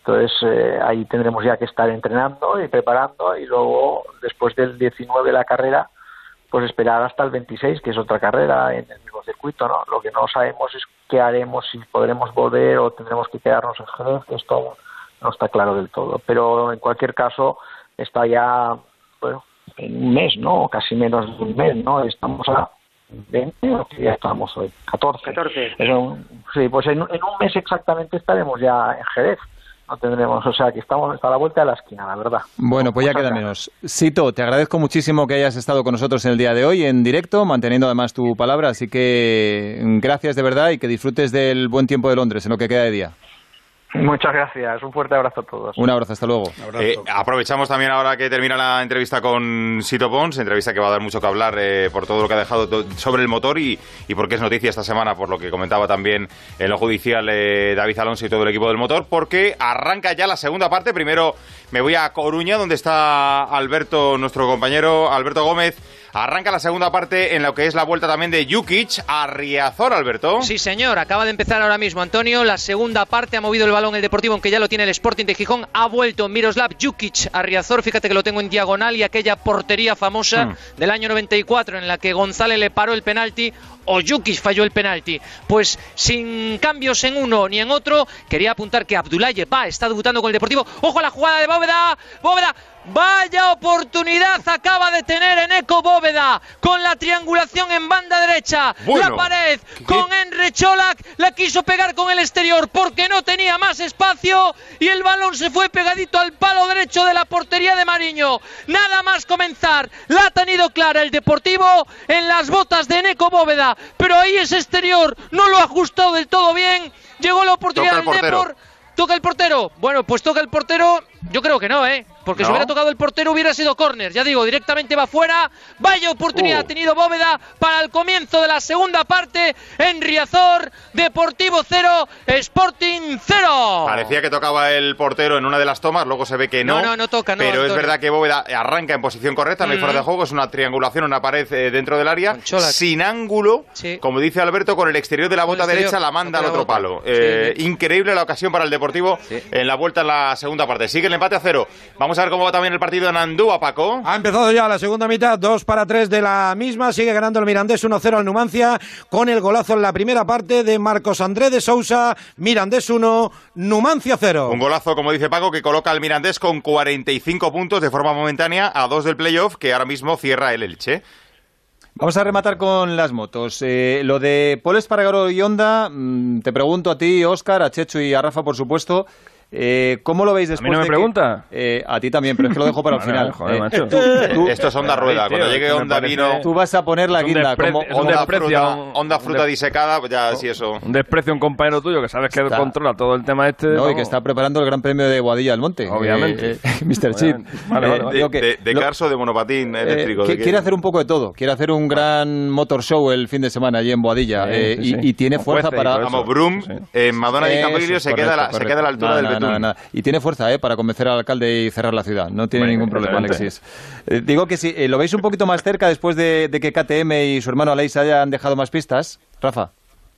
Entonces eh, ahí tendremos ya que estar entrenando y preparando, y luego después del diecinueve de la carrera pues esperar hasta el veintiséis, que es otra carrera en el mismo circuito, ¿no? Lo que no sabemos es qué haremos, si podremos volver o tendremos que quedarnos en Jerez, que esto no está claro del todo, pero en cualquier caso está ya, bueno, en un mes, ¿no? Casi menos de un mes, ¿no? Estamos a veinte, o que ya estamos hoy, catorce. catorce. Es un, sí, pues en, en un mes exactamente estaremos ya en Jerez. No tendremos, o sea, que estamos a la vuelta de la esquina, la verdad. Bueno, pues ya queda menos. Sito, te agradezco muchísimo que hayas estado con nosotros en el día de hoy, en directo, manteniendo además tu palabra, así que gracias de verdad y que disfrutes del buen tiempo de Londres en lo que queda de día. Muchas gracias, un fuerte abrazo a todos. Un abrazo, hasta luego. Eh, aprovechamos también ahora que termina la entrevista con Sito Pons, entrevista que va a dar mucho que hablar eh, por todo lo que ha dejado sobre el motor y, y porque es noticia esta semana, por lo que comentaba también en lo judicial eh, David Alonso y todo el equipo del motor, porque arranca ya la segunda parte. Primero me voy a Coruña, donde está Alberto, nuestro compañero Alberto Gómez. Arranca la segunda parte en lo que es la vuelta también de Jukic a Riazor, Alberto. Sí, señor, acaba de empezar ahora mismo, Antonio. La segunda parte ha movido el balón el Deportivo, aunque ya lo tiene el Sporting de Gijón. Ha vuelto Miroslav Jukic a Riazor. Fíjate que lo tengo en diagonal, y aquella portería famosa mm. del año noventa y cuatro en la que González le paró el penalti o Jukic falló el penalti. Pues sin cambios en uno ni en otro, quería apuntar que Abdoulaye Ba está debutando con el Deportivo. ¡Ojo a la jugada de Bóveda! ¡Bóveda! Vaya oportunidad acaba de tener Eneco Bóveda con la triangulación en banda derecha. Bueno, la pared con Enre Čolak, la quiso pegar con el exterior porque no tenía más espacio y el balón se fue pegadito al palo derecho de la portería de Mariño. Nada más comenzar, la ha tenido clara el Deportivo en las botas de Eneco Bóveda, pero ahí ese exterior no lo ajustó del todo bien. Llegó la oportunidad del Depor. ¿Toca el portero? Bueno, pues toca el portero, yo creo que no, ¿eh? Porque ¿no? Si hubiera tocado el portero hubiera sido córner. Ya digo, directamente va fuera. Vaya oportunidad uh. ha tenido Bóveda para el comienzo de la segunda parte en Riazor. Deportivo cero, Sporting cero. Parecía que tocaba el portero en una de las tomas, luego se ve que no. No, no, no toca, no. Pero Antonio. Es verdad que Bóveda arranca en posición correcta, no hay mm. fuera de juego, es una triangulación, una pared eh, dentro del área, sin ángulo, sí. Como dice Alberto, con el exterior de la bota derecha la manda al otro bota. palo. Eh, sí, sí. Increíble la ocasión para el Deportivo sí. en la vuelta en la segunda parte. Sigue el empate a cero. Vamos a ver cómo va también el partido en Andúa, Paco. Ha empezado ya la segunda mitad, dos para tres de la misma. Sigue ganando el Mirandés uno cero al Numancia con el golazo en la primera parte de Marcos André de Sousa. Mirandés uno, Numancia cero. Un golazo, como dice Paco, que coloca al Mirandés con cuarenta y cinco puntos de forma momentánea a dos del playoff, que ahora mismo cierra el Elche. Vamos a rematar con las motos. Eh, lo de Pol Espargaró y Honda, mmm, te pregunto a ti, Óscar, a Chechu y a Rafa, por supuesto. Eh, ¿Cómo lo veis después? ¿A mí no me de pregunta? Que, eh, a ti también, pero es que lo dejo para el final. Joder, eh, macho. Tú, tú, Esto es Honda Rueda. Cuando llegue Honda Vino, tú vas a poner la guinda como Honda fruta, Honda fruta disecada, pues ya sí eso. Un desprecio a un compañero tuyo que sabes que está, controla todo el tema este. No, no, y que está preparando el Gran Premio de Boadilla del Monte. Obviamente. Eh, eh, mister Chip. Vale, vale, vale. De, de, de, de lo, Carso, de monopatín eléctrico. Eh, de quiere hacer un poco de todo. Quiere hacer un gran motor show el fin de semana allí en Boadilla. Sí, eh, sí, sí. Y, y tiene fuerza para... Vamos, Broom, sí. eh, Madonna y Campoglio se, queda se queda a la altura no, del no, betún. No, no. Y tiene fuerza, eh, para convencer al alcalde y cerrar la ciudad. No tiene bueno, ningún problema, Alexis. Eh, digo que si eh, lo veis un poquito más cerca después de, de que K T M y su hermano Aleix hayan dejado más pistas. Rafa.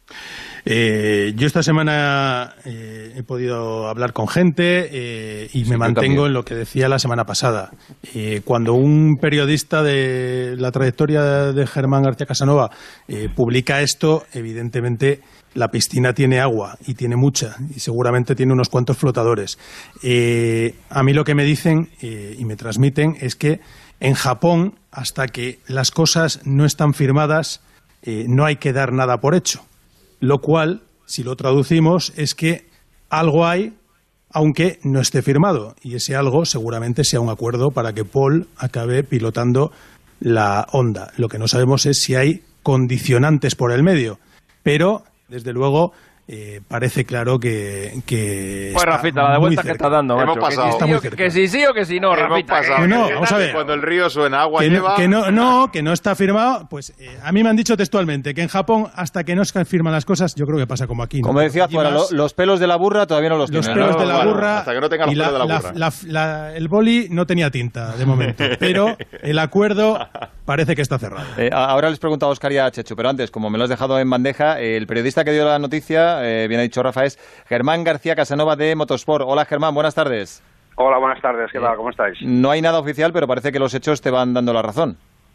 Eh, yo esta semana eh, he podido hablar con gente eh, y sí, me mantengo en lo que decía la semana pasada. Eh, cuando un periodista de la trayectoria de Germán García Casanova eh, publica esto, evidentemente la piscina tiene agua y tiene mucha y seguramente tiene unos cuantos flotadores. Eh, a mí lo que me dicen eh, y me transmiten es que en Japón, hasta que las cosas no están firmadas, eh, no hay que dar nada por hecho. Lo cual, si lo traducimos, es que algo hay, aunque no esté firmado. Y ese algo seguramente sea un acuerdo para que Paul acabe pilotando la Honda. Lo que no sabemos es si hay condicionantes por el medio. Pero, desde luego, eh, parece claro que, que pues Rafita, la de vuelta que está dando, macho. Hemos pasado. Que, sí, que sí sí o que sí no, Hemos Rafita. pasado. Que no, vamos a ver. Cuando el río suena agua que lleva... No, que no, no, que no está firmado. Pues eh, a mí me han dicho textualmente que en Japón, hasta que no se firman las cosas, yo creo que pasa como aquí, ¿no? Como decía fuera, lo, los pelos de la burra todavía no los tienen. Los pelos no, de la bueno, burra... hasta que no tenga los y pelos la, de la la, burra. la, la, el boli no tenía tinta, de momento. Pero el acuerdo parece que está cerrado. Eh, ahora les pregunto a Óscar y a Chechu, pero antes, como me lo has dejado en bandeja, el periodista que dio la noticia, Numancia, eh, bien ha dicho Rafa, es Germán García Casanova de Motosport. Hola Germán, buenas tardes. Hola, buenas tardes, ¿qué tal? ¿Cómo estáis? No hay nada oficial, pero parece que los hechos te van dando la razón.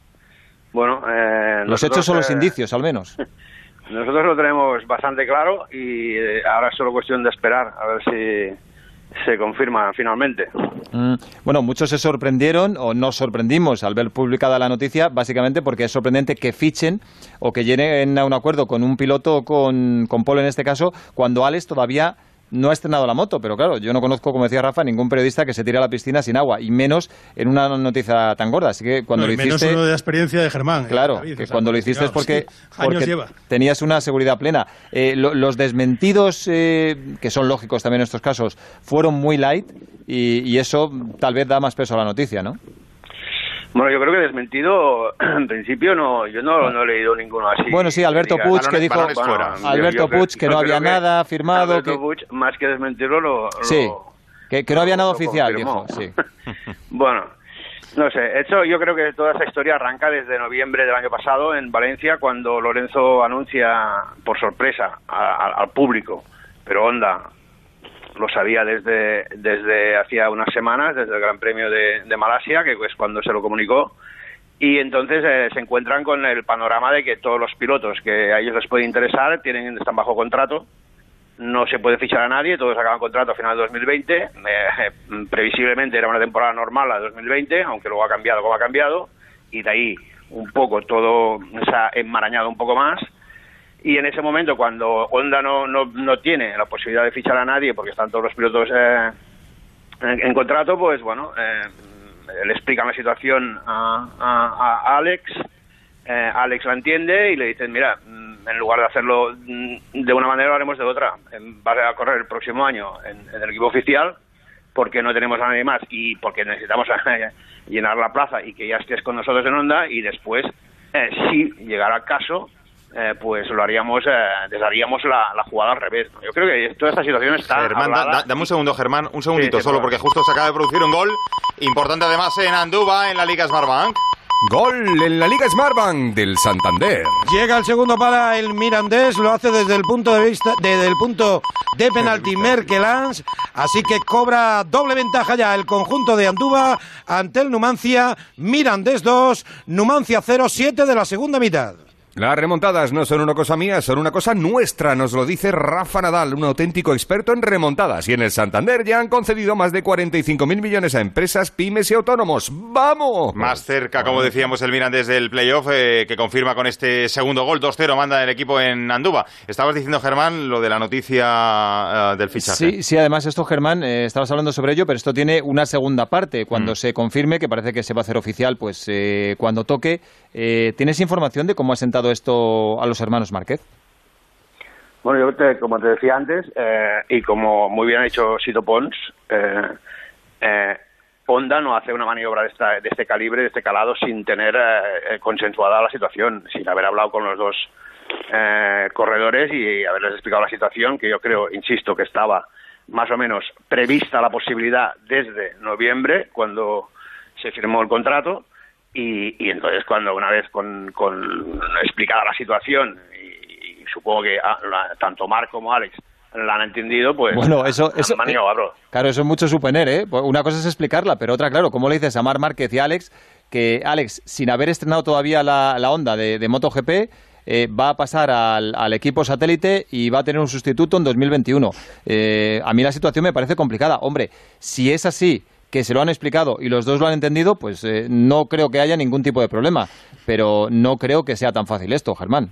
Bueno, eh, los hechos son los eh, indicios, al menos. Nosotros lo tenemos bastante claro y eh, ahora es solo cuestión de esperar a ver si se confirma finalmente. Mm, bueno, muchos se sorprendieron o nos sorprendimos al ver publicada la noticia, básicamente porque es sorprendente que fichen o que lleguen a un acuerdo con un piloto o con, con Pol en este caso, cuando Alex todavía no ha estrenado la moto, pero claro, yo no conozco, como decía Rafa, ningún periodista que se tire a la piscina sin agua, y menos en una noticia tan gorda. Así que cuando no, lo hiciste... menos uno de la experiencia de Germán. Claro, eh, David, que o sea, cuando lo hiciste es porque, sí, años porque lleva. tenías una seguridad plena. Eh, lo, los desmentidos, eh, que son lógicos también en estos casos, fueron muy light, y, y eso tal vez da más peso a la noticia, ¿no? Bueno, yo creo que desmentido, en principio, no, yo no, no he leído ninguno así. Bueno, sí, Alberto que Puig, diga, que dijo, balones fuera. bueno, Alberto yo, yo Puig, que no había que nada firmado. Alberto que... Puig, más que desmentirlo, lo... Sí, lo, que, que no había nada oficial, confirmó. dijo, sí. Bueno, no sé, hecho, yo creo que toda esa historia arranca desde noviembre del año pasado en Valencia, cuando Lorenzo anuncia, por sorpresa, a, a, al público, pero Honda lo sabía desde desde hacía unas semanas, desde el Gran Premio de, de Malasia, que es cuando se lo comunicó, y entonces eh, se encuentran con el panorama de que todos los pilotos que a ellos les puede interesar tienen están bajo contrato, no se puede fichar a nadie, todos acaban contrato a final de dos mil veinte, eh, previsiblemente era una temporada normal la de dos mil veinte, aunque luego ha cambiado como ha cambiado, y de ahí un poco todo se ha enmarañado un poco más. Y en ese momento, cuando Honda no, no, no tiene la posibilidad de fichar a nadie, porque están todos los pilotos eh, en, en contrato, pues bueno, eh, le explican la situación a, a, a Alex, eh, Alex la entiende y le dicen, mira, en lugar de hacerlo de una manera, lo haremos de otra. Va a correr el próximo año en, en el equipo oficial, porque no tenemos a nadie más y porque necesitamos llenar la plaza y que ya estés con nosotros en Honda, y después, eh, si llegara el caso, Eh, pues lo haríamos, eh, desharíamos la, la jugada al revés. Yo creo que toda esta situación está Germán, da, da, dame un segundo, Germán, un segundito sí, solo, porque justo se acaba de producir un gol importante además en Andúba, en la Liga Smartbank. Gol en la Liga Smartbank del Santander. Llega el segundo para el Mirandés, lo hace desde el punto de vista desde el punto de penalti Merkelans, así que cobra doble ventaja ya el conjunto de Andúba ante el Numancia. Mirandés dos, Numancia cero, siete de la segunda mitad. Las remontadas no son una cosa mía, son una cosa nuestra, nos lo dice Rafa Nadal, un auténtico experto en remontadas. Y en el Santander ya han concedido más de cuarenta y cinco mil millones a empresas, pymes y autónomos. ¡Vamos! Más cerca, como decíamos, el Mirandés del playoff, eh, que confirma con este segundo gol. dos cero manda el equipo en Andúba. Estabas diciendo, Germán, lo de la noticia uh, del fichaje. Sí, sí, además esto, Germán, eh, estabas hablando sobre ello, pero esto tiene una segunda parte. Cuando mm. se confirme, que parece que se va a hacer oficial, pues eh, cuando toque, eh, ¿tienes información de cómo ha sentado esto a los hermanos Márquez? Bueno, yo te, como te decía antes, eh, y como muy bien ha dicho Sito Pons, eh, eh, Honda no hace una maniobra de, esta, de este calibre, de este calado, sin tener eh, consensuada la situación, sin haber hablado con los dos eh, corredores y haberles explicado la situación, que yo creo, insisto, que estaba más o menos prevista la posibilidad desde noviembre, cuando se firmó el contrato. Y, y entonces cuando una vez con, con explicada la situación y, y supongo que a, la, tanto Marc como Alex la han entendido, pues bueno, eso, eso maniobra, eh, claro, eso es mucho suponer, ¿eh? Una cosa es explicarla, pero otra, claro, ¿cómo le dices a Marc Márquez y a Alex que Alex, sin haber estrenado todavía la, la Honda de, de MotoGP, eh, va a pasar al, al equipo satélite y va a tener un sustituto en dos mil veintiuno? Eh, a mí la situación me parece complicada. Hombre, si es así, que se lo han explicado y los dos lo han entendido, pues eh, no creo que haya ningún tipo de problema. Pero no creo que sea tan fácil esto, Germán.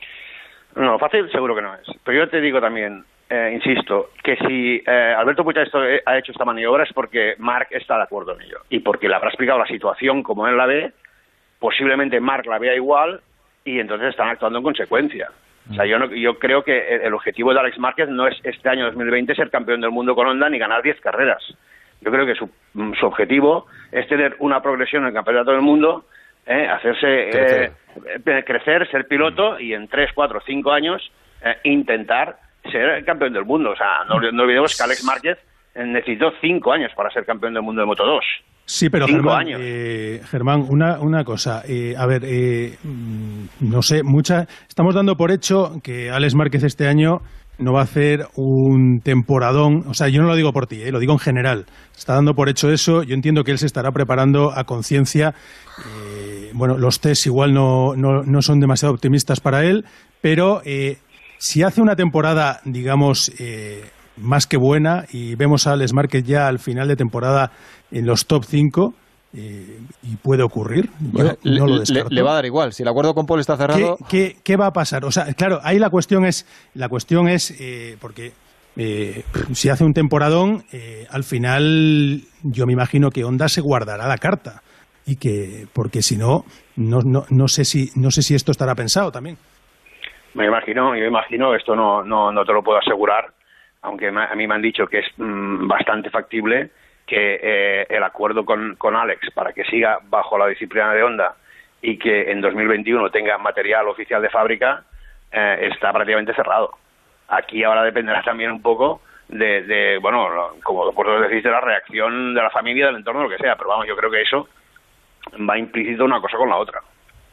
No, fácil seguro que no es. Pero yo te digo también, eh, insisto, que si eh, Alberto Puig ha hecho esta maniobra es porque Marc está de acuerdo en ello. Y porque le habrá explicado la situación como él la ve, posiblemente Marc la vea igual y entonces están actuando en consecuencia. O sea, yo, no, yo creo que el objetivo de Alex Márquez no es este año dos mil veinte ser campeón del mundo con Honda ni ganar diez carreras. Yo creo que su, su objetivo es tener una progresión en el campeonato del mundo, eh, hacerse crecer. Eh, crecer, ser piloto y en tres, cuatro, cinco años eh, intentar ser campeón del mundo. O sea, no, no olvidemos que Alex Márquez necesitó cinco años para ser campeón del mundo de Moto dos. Sí, pero cinco Germán, años. Eh, Germán, una, una cosa. Eh, a ver, eh, no sé, mucha, estamos dando por hecho que Alex Márquez este año no va a hacer un temporadón. O sea, yo no lo digo por ti, ¿eh? Lo digo en general. Está dando por hecho eso. Yo entiendo que él se estará preparando a conciencia. Eh, bueno, los tests igual no, no, no son demasiado optimistas para él, pero eh, si hace una temporada, digamos, eh, más que buena y vemos a Alex Márquez ya al final de temporada en los top cinco, Eh, y puede ocurrir. Yo bueno, no le, lo descarto. Le, le va a dar igual. Si el acuerdo con Paul está cerrado. ¿Qué, qué, qué va a pasar? O sea, claro, ahí la cuestión es, la cuestión es eh, porque eh, si hace un temporadón, eh, al final yo me imagino que Honda se guardará la carta y que, porque si no, no, no, no sé si, no sé si esto estará pensado también. Me imagino, yo imagino, esto no, no, no te lo puedo asegurar, aunque a mí me han dicho que es mmm, bastante factible que eh, el acuerdo con, con Alex para que siga bajo la disciplina de Honda y que en dos mil veintiuno tenga material oficial de fábrica eh, está prácticamente cerrado. Aquí ahora dependerá también un poco de, de bueno, como vosotros decís, de la reacción de la familia, del entorno, lo que sea, pero vamos, yo creo que eso va implícito una cosa con la otra.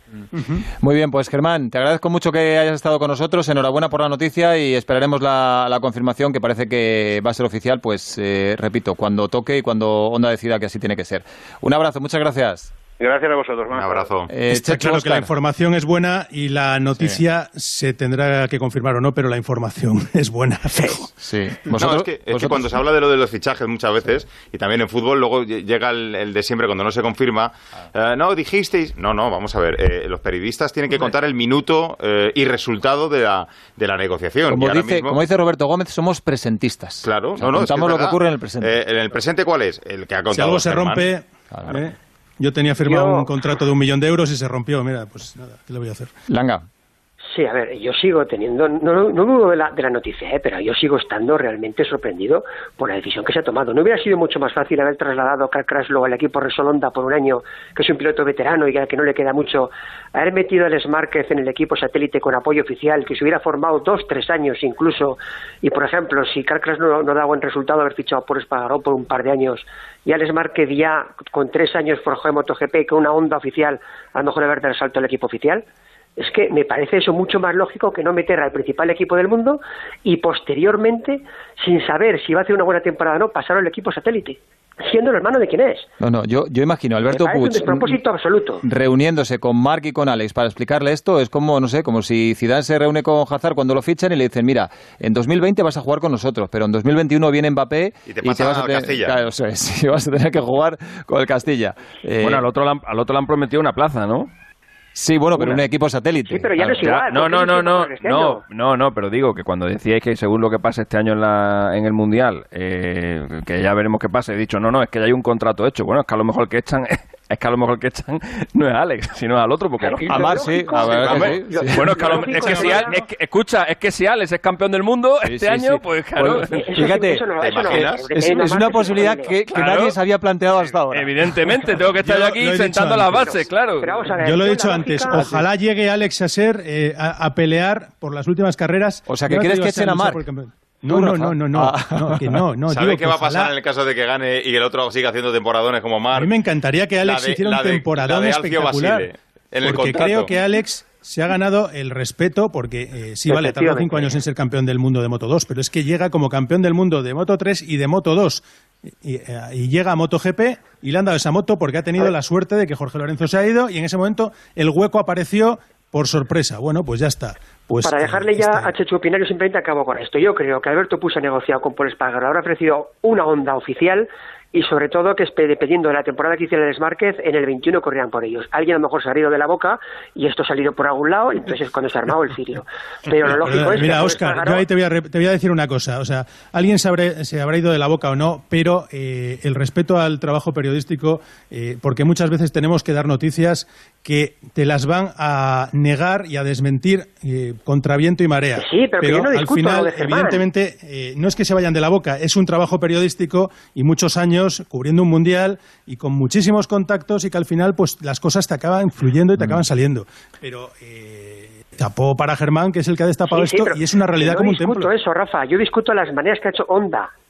Muy bien, pues Germán, te agradezco mucho que hayas estado con nosotros, enhorabuena por la noticia y esperaremos la, la confirmación, que parece que va a ser oficial, pues eh, repito, cuando toque y cuando Honda decida que así tiene que ser. Un abrazo, muchas gracias. Gracias a vosotros. Un abrazo. Eh, Está claro Oscar. Que la información es buena y la noticia sí. se tendrá que confirmar o no, pero la información es buena. Fijo. Sí. No, es, que, es que cuando se habla de lo de los fichajes muchas veces, y también en fútbol, luego llega el, el de siempre cuando no se confirma. Eh, no, dijisteis. No, no, vamos a ver. Eh, los periodistas tienen que contar el minuto eh, y resultado de la, de la negociación. Como, y ahora dice, mismo, como dice Roberto Gómez, somos presentistas. Claro, o sea, no, no, contamos es que lo que ocurre en el presente. Eh, ¿En el presente cuál es? El que ha contado. Si algo se Germán. rompe. Claro. ¿eh? Yo tenía firmado Yo... un contrato de un millón de euros y se rompió. Mira, pues nada, ¿qué le voy a hacer? Langa. Sí, a ver, yo sigo teniendo, no, no dudo de la, de la noticia, ¿eh? Pero yo sigo estando realmente sorprendido por la decisión que se ha tomado. ¿No hubiera sido mucho más fácil haber trasladado a Karl Kraslow al equipo Repsol Honda por un año, que es un piloto veterano y al que no le queda mucho, haber metido a Alex Márquez en el equipo satélite con apoyo oficial, que se hubiera formado dos, tres años incluso, y por ejemplo, si Karl Kraslow no, no da buen resultado, haber fichado por Espargaró por un par de años, y Alex Márquez ya con tres años forjó en MotoGP con una Honda oficial, a lo mejor haber dado el salto al equipo oficial? Es que me parece eso mucho más lógico que no meter al principal equipo del mundo y posteriormente, sin saber si va a hacer una buena temporada o no, pasarlo al equipo satélite, siendo el hermano de quién es. No, no, yo, yo imagino a Alberto me parece Puig un despropósito absoluto. reuniéndose con Marc y con Alex para explicarle esto. Es como, no sé, como si Zidane se reúne con Hazard cuando lo fichan y le dicen, mira, en dos mil veinte vas a jugar con nosotros, pero en dos mil veintiuno viene Mbappé y te, y te vas a tener, Castilla. Claro, eso es, y vas a tener que jugar con el Castilla. Eh, bueno, al otro, al otro le han prometido una plaza, ¿no? Sí, bueno, pero un equipo satélite. Sí, pero ya no es igual. No, no, no, no, no, no, no, pero digo que cuando decíais que según lo que pase este año en, la, en el Mundial, eh, que ya veremos qué pasa, he dicho, no, no, es que ya hay un contrato hecho. Bueno, es que a lo mejor el que echan, es que a lo mejor el que echan no es Alex, sino es al otro, porque a Mar sí, a ver, sí, sí. Bueno, es que, a lo, es que si Alex, es que, escucha, es que si Alex es campeón del mundo sí, este sí, año, sí. pues claro. Pues, fíjate, eso no, eso no, es, es una posibilidad que, que claro, nadie se había planteado hasta ahora. Evidentemente, tengo que estar yo aquí sentando las bases, claro. Yo lo he dicho antes, ojalá llegue Alex a ser eh, a, a pelear por las últimas carreras. O sea, ¿qué crees que echen a Marc? No, no, no, no, no, ah. no, que no, no. ¿Sabe qué va a pasar en el caso de que gane y el otro siga haciendo temporadones como Marc? A mí me encantaría que Alex de, hiciera un de, temporadón espectacular. En el porque contrato. Creo que Alex se ha ganado el respeto porque eh, sí, vale, tardó cinco años en ser campeón del mundo de Moto dos, pero es que llega como campeón del mundo de Moto tres y de Moto dos. Y, y, y llega a MotoGP y le han dado esa moto porque ha tenido la suerte de que Jorge Lorenzo se ha ido y en ese momento el hueco apareció por sorpresa. Bueno, pues ya está. Pues, Para dejarle ya está. a Chechu opinar, yo simplemente acabo con esto. Yo creo que Alberto Puig ha negociado con Paul Espargaró, habrá ofrecido una Honda oficial y sobre todo que dependiendo de la temporada que hiciera Alex Márquez, en el veintiuno corrían por ellos. Alguien a lo mejor se ha ido de la boca y esto ha salido por algún lado y entonces es cuando se ha armado el cirio. Pero lo lógico pero, es mira, que Óscar, Espargaró... yo ahí te voy, a, te voy a decir una cosa. O sea, alguien se, habré, se habrá ido de la boca o no, pero eh, el respeto al trabajo periodístico, eh, porque muchas veces tenemos que dar noticias que te las van a negar y a desmentir eh, contra viento y marea. Sí, pero, pero yo no al final, de evidentemente, eh, no es que se vayan de la boca, es un trabajo periodístico y muchos años cubriendo un mundial y con muchísimos contactos y que al final pues las cosas te acaban fluyendo y te mm. acaban saliendo. Pero eh, tapó para Germán, que es el que ha destapado sí, sí, esto y es una realidad no como un templo. Yo discuto eso, Rafa. Yo discuto las maneras que ha hecho Honda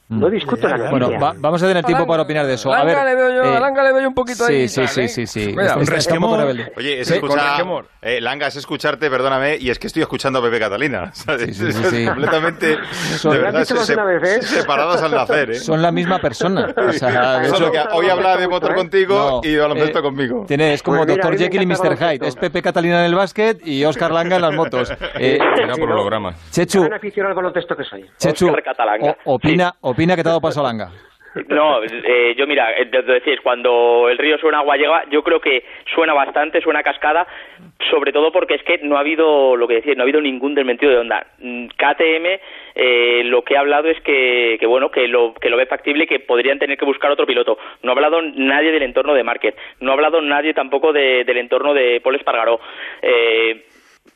No discuto la noticia. Bueno, va, vamos a tener tiempo para opinar de eso. A ver, Langa le veo yo, eh, a Langa le veo yo un poquito sí, ahí. Sí, tal, sí, ¿eh? sí, sí, sí. Mira, Está- un está un poco resquemor. rebelde. Oye, es Sí, escuchar, con eh, Langa, es escucharte, perdóname, y es que estoy escuchando a Pepe Catalina. ¿Sabes? Sí, sí, sí, Es sí. completamente Son- de ¿Lo has verdad, dicho más se- de una vez, eh? separados al nacer, ¿eh? Son la misma persona. O sea, de Solo hecho- que hoy habla de motor ¿eh? contigo No, y de baloncesto eh, conmigo. Tiene, es como Pues mira, a doctor mí me Jekyll y encanta mister Hyde. baloncesto. Es Pepe Catalina en el básquet y Oscar Langa en las motos. Eh, Era por holograma. Chechu, Gran aficionado al baloncesto que soy. Chechu, Oscar Catalanga. o- opina, opina que te ha dado paso a Langa. No, eh, yo mira, eh, lo decís, cuando el río suena agua llega, yo creo que suena bastante, suena cascada, sobre todo porque es que no ha habido, lo que decís, no ha habido ningún desmentido de Honda. Mm, K T M eh, lo que ha hablado es que, que bueno, que lo que lo ve factible y que podrían tener que buscar otro piloto. No ha hablado nadie del entorno de Márquez, no ha hablado nadie tampoco de, del entorno de Paul Espargaró. Eh,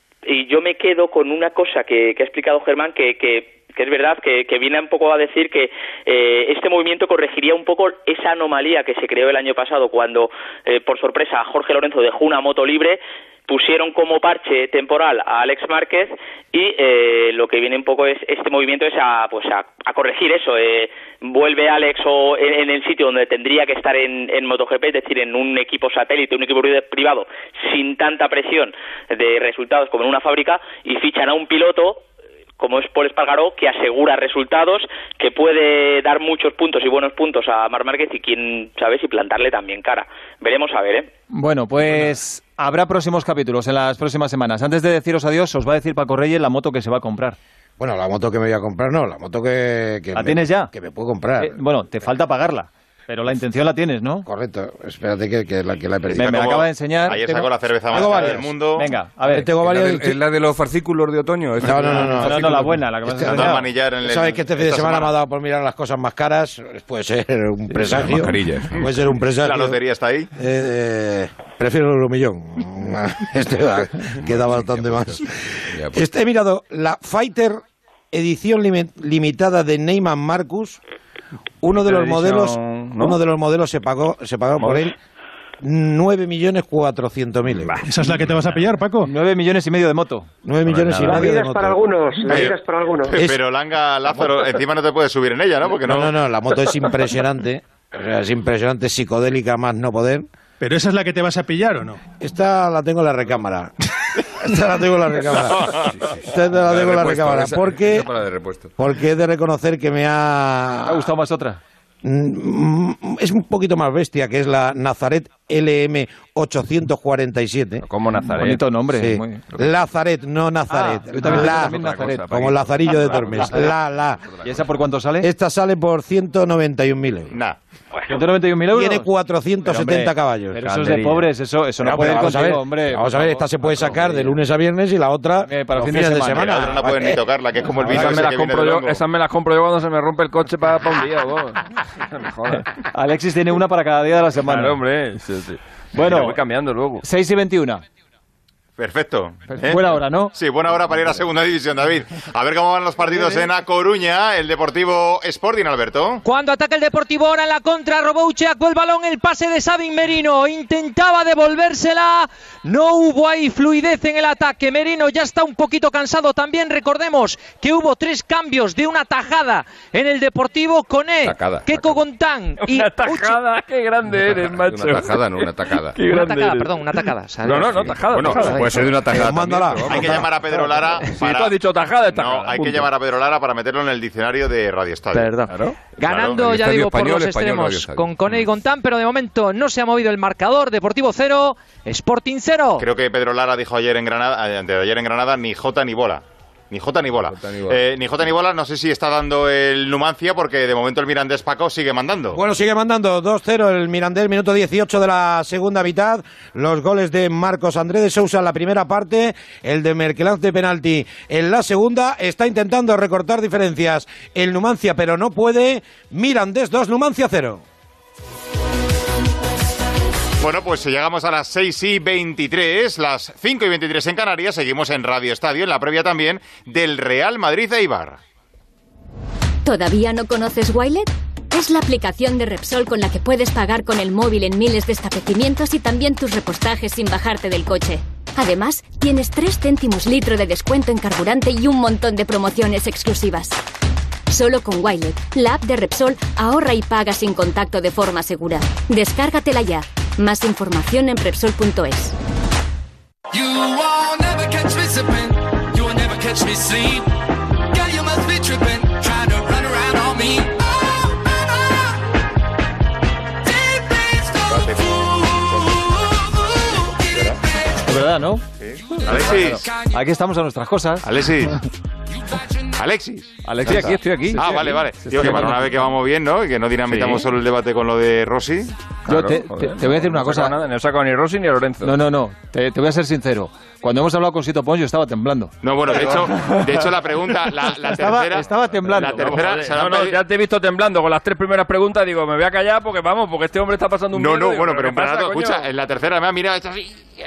y yo me quedo con una cosa que, que ha explicado Germán, que, que que es verdad, que, que viene un poco a decir que eh, este movimiento corregiría un poco esa anomalía que se creó el año pasado cuando, eh, por sorpresa, Jorge Lorenzo dejó una moto libre, pusieron como parche temporal a Alex Márquez y eh, lo que viene un poco es este movimiento es a pues a, a corregir eso. Eh, vuelve Alex o en, en el sitio donde tendría que estar en, en MotoGP, es decir, en un equipo satélite, un equipo privado, sin tanta presión de resultados como en una fábrica, y fichan a un piloto como es Paul Espargaró, que asegura resultados, que puede dar muchos puntos y buenos puntos a Marc Márquez y quién sabe si plantarle también cara. Veremos a ver, ¿eh? Bueno, pues habrá próximos capítulos en las próximas semanas. Antes de deciros adiós, os va a decir Paco Reyes la moto que se va a comprar. Bueno, la moto que me voy a comprar no, la moto que... que ¿La me- tienes ya? Que me puedo comprar. Eh, bueno, te falta pagarla, pero la intención la tienes, ¿no? Correcto, espérate que, que, la, que la he perdido. Me, me acaba de enseñar. Ayer Tengo- sacó la cerveza más tengo cara varias. del mundo. Venga, a ver. Tengo ¿Es la, varias... de, es la de los fascículos de otoño? ¿Es No, la- no, no, no. No, no, la buena, la que vas a Este- Anda enseñar. a manillar en el- Sabes que este fin de esta semana, me ha dado por mirar las cosas más caras. Puede ser un presagio. las mascarillas. Puede ser un presagio. La lotería está ahí. Eh, eh, prefiero el millón. Este va, queda bastante más. Ya, pues. Este, he mirado la Fighter edición limi- limitada de Neyman Marcus. Uno de los Edición, modelos, ¿no? uno de los modelos se pagó, se pagó por él nueve millones cuatrocientos mil euros. ¿Esa es la que te vas a pillar, Paco? Nueve millones y medio de moto. Nueve millones y La medio vida de es moto. para algunos, la vida es para algunos. Es- Pero Langa, Lázaro, encima no te puedes subir en ella, ¿no? Porque No, no... no, no, la moto es impresionante. O sea, es impresionante, psicodélica más no poder. ¿Pero esa es la que te vas a pillar o no? Esta la tengo en la recámara. Esta la tengo en la recámara. Esta la de tengo en la repuesto, recámara. esa- Porque, esa para de repuesto. porque he de reconocer que me ¿Te ha... ha gustado más otra? Mm, Es un poquito más bestia, que es la Nazaret L M ochocientos cuarenta y siete. Como Nazaret. Bonito nombre. Sí. muy- Lazaret, no Nazaret. Ah, yo también la, tengo también Nazaret. como Lazarillo de Tormes. La, la. ¿Y esa por cuánto sale? Esta sale por ciento noventa y un mil euros. Nah. ciento noventa y un mil euros. Tiene cuatrocientos setenta Pero, hombre, caballos. Pero eso es de pobres, eso, eso no Pero, puede ir vamos a contigo, ver, hombre. vamos por a ver, favor. esta se puede sacar de lunes a viernes y la otra Eh, para los fin de fines de semana. semana. La otra no pueden ni tocarla, que es como el vino Esas me, ese las que viene compro del yo, hongo. esas me las compro yo cuando se me rompe el coche para, para un día o dos. Me jodas. Alexis tiene una para cada día de la semana. Claro, hombre. Sí, sí. Bueno. La voy cambiando luego. seis y veintiuno. Perfecto. ¿eh? Buena hora, ¿no? Sí, buena hora para ir a segunda división, David. A ver cómo van los partidos en A Coruña, el Deportivo Sporting, Alberto. Cuando ataca el Deportivo ahora en la contra, Robouche actuó el balón, el pase de Sabin Merino, intentaba devolvérsela, no hubo ahí fluidez en el ataque, Merino ya está un poquito cansado también, recordemos que hubo tres cambios de una tajada en el Deportivo, Coné, Tacada, Keco Gontán y Una tajada, qué grande eres, macho. Una tajada, no una tacada. Qué Una grande tajada, eres. perdón, una tajada. ¿sabes? No, no, no, tajada. Bueno, tajada. puede ser de una tajada. Eh, mándala. también, pero Hay que vamos. llamar a Pedro Lara Si para... tú has dicho tajada, es tajada. No, hay que punto. llamar a Pedro Lara para meterlo en el diccionario de Radio Estadio. Perdón. Claro. Ganando, Claro, ya el digo, Estadio por Español, los Español, Radio extremos Estadio. con Coné y Gontán, pero de momento no se ha movido el marcador. Deportivo cero, Sporting cero. Creo que Pedro Lara dijo ayer en Granada, eh, antes de ayer en Granada, ni jota ni bola. Ni jota ni bola. Jota ni bola. Eh, ni jota ni bola, no sé si está dando el Numancia, porque de momento el Mirandés Paco sigue mandando. Bueno, sigue mandando dos cero el Mirandés, minuto dieciocho de la segunda mitad. Los goles de Marcos André de Sousa en la primera parte, el de Merkelanz de penalti en la segunda. Está intentando recortar diferencias el Numancia, pero no puede. Mirandés dos, Numancia cero. Bueno, pues llegamos a las seis y veintitrés, las cinco y veintitrés en Canarias. Seguimos en Radio Estadio, en la previa también del Real Madrid Eibar. ¿Todavía no conoces Wilet? Es la aplicación de Repsol con la que puedes pagar con el móvil en miles de establecimientos y también tus repostajes sin bajarte del coche. Además, tienes tres céntimos litro de descuento en carburante y un montón de promociones exclusivas. Solo con Wilet, la app de Repsol, ahorra y paga sin contacto de forma segura. Descárgatela ya. Más información en Repsol punto es. Es verdad, ¿no? Sí. Alexis. Aquí estamos a nuestras cosas. Alexis. Alexis. Alexis, aquí estoy aquí. Ah, vale, vale. Digo que para una vez que vamos bien, ¿no? Y que no dinamitamos solo el debate con lo de Rossi. Yo te, te, te voy a decir una cosa. No he sacado ni a Rossi ni a Lorenzo. No, no, no. Te, te voy a ser sincero. Cuando hemos hablado con Sito Pons yo estaba temblando. No, bueno, de hecho, de hecho la pregunta, la, la estaba, tercera... Estaba temblando. La tercera... No, joder, no, no, ya te he visto temblando con las tres primeras preguntas. Digo, me voy a callar porque vamos, porque este hombre está pasando un No, miedo, no, digo, bueno, pero en ¿qué pasa, escucha, coño? en la tercera me ha mirado hecho así...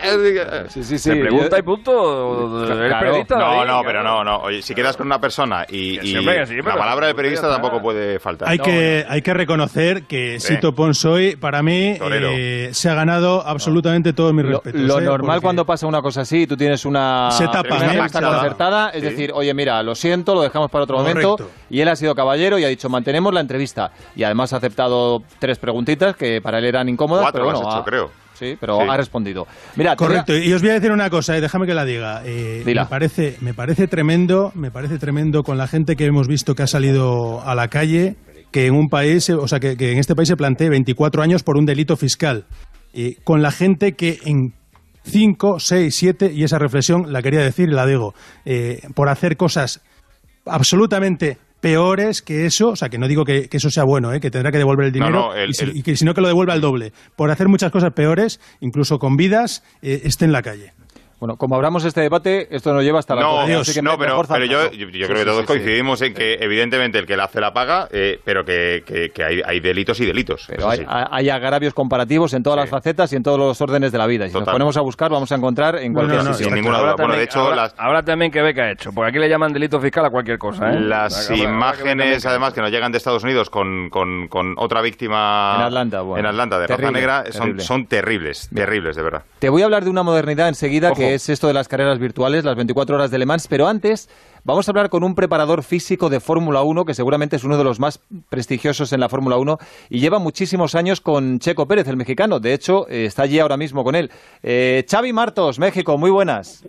Sí, sí, sí. Se pregunta yo... y punto. Claro. ¿Eres periodista? No, David? no, pero no, no. Oye, si quedas con una persona y, Que y siempre que sí, la pero palabra del pues periodista ya está. tampoco puede faltar. Hay, No, que, hay que reconocer que Sí. Sito Pons hoy, para mí, eh, se ha ganado absolutamente todos mis Lo, respetos. lo ¿eh? normal Porque cuando pasa una cosa así, tú tienes una, Se tapa, una ¿eh? entrevista Se tapa. concertada, es Sí. decir, oye, mira, lo siento, lo dejamos para otro momento. Correcto. Y él ha sido caballero y ha dicho, mantenemos la entrevista. Y además ha aceptado tres preguntitas que para él eran incómodas. Cuatro pero lo bueno, has hecho, ha- creo. Sí, pero Sí. ha respondido. Mira, te voy a- Correcto, y os voy a decir una cosa, eh, déjame que la diga. Eh, Dila. me parece, me parece tremendo, me parece tremendo con la gente que hemos visto que ha salido a la calle, que en un país, eh, o sea, que, que en este país se plantee veinticuatro años por un delito fiscal. Y con la gente que en cinco, seis, siete, y esa reflexión la quería decir y la digo, eh, por hacer cosas absolutamente peores que eso, o sea, que no digo que, que eso sea bueno, ¿eh? Que tendrá que devolver el dinero, No, no, el- y, si- el- y que sino que lo devuelva al doble. Por hacer muchas cosas peores, incluso con vidas, eh, esté en la calle. Bueno, como abramos este debate, esto nos lleva hasta la No, cola. Adiós. Así que no, me- pero, mejor pero yo, zarpazo. yo, yo Sí, creo que sí, todos sí, sí. coincidimos en que evidentemente el que la hace la paga, eh, pero que, que, que hay, hay delitos y delitos. Pero eso hay, sí. hay agravios comparativos en todas Sí. las facetas y en todos los órdenes de la vida. Y si nos Total. ponemos a buscar, vamos a encontrar en No, cualquier no, no, sitio. Sin ninguna duda. Ahora Bueno, también- de hecho, ahora, las, ahora también que ve que ha hecho, porque aquí le llaman delito fiscal a cualquier cosa, ¿eh? las Habrá- habrá que ver imágenes, también que- además, que nos llegan de Estados Unidos con, con, con otra víctima En Atlanta, bueno. en Atlanta de Terrible, raza negra, son, terrible. son terribles, terribles, de verdad. Te voy a hablar de una modernidad enseguida, Ojo. que es esto de las carreras virtuales, las veinticuatro horas de Le Mans, pero antes vamos a hablar con un preparador físico de Fórmula uno, que seguramente es uno de los más prestigiosos en la Fórmula uno, y lleva muchísimos años con Checo Pérez, el mexicano. De hecho, eh, está allí ahora mismo con él. Eh, Xavi Martos, México, muy buenas.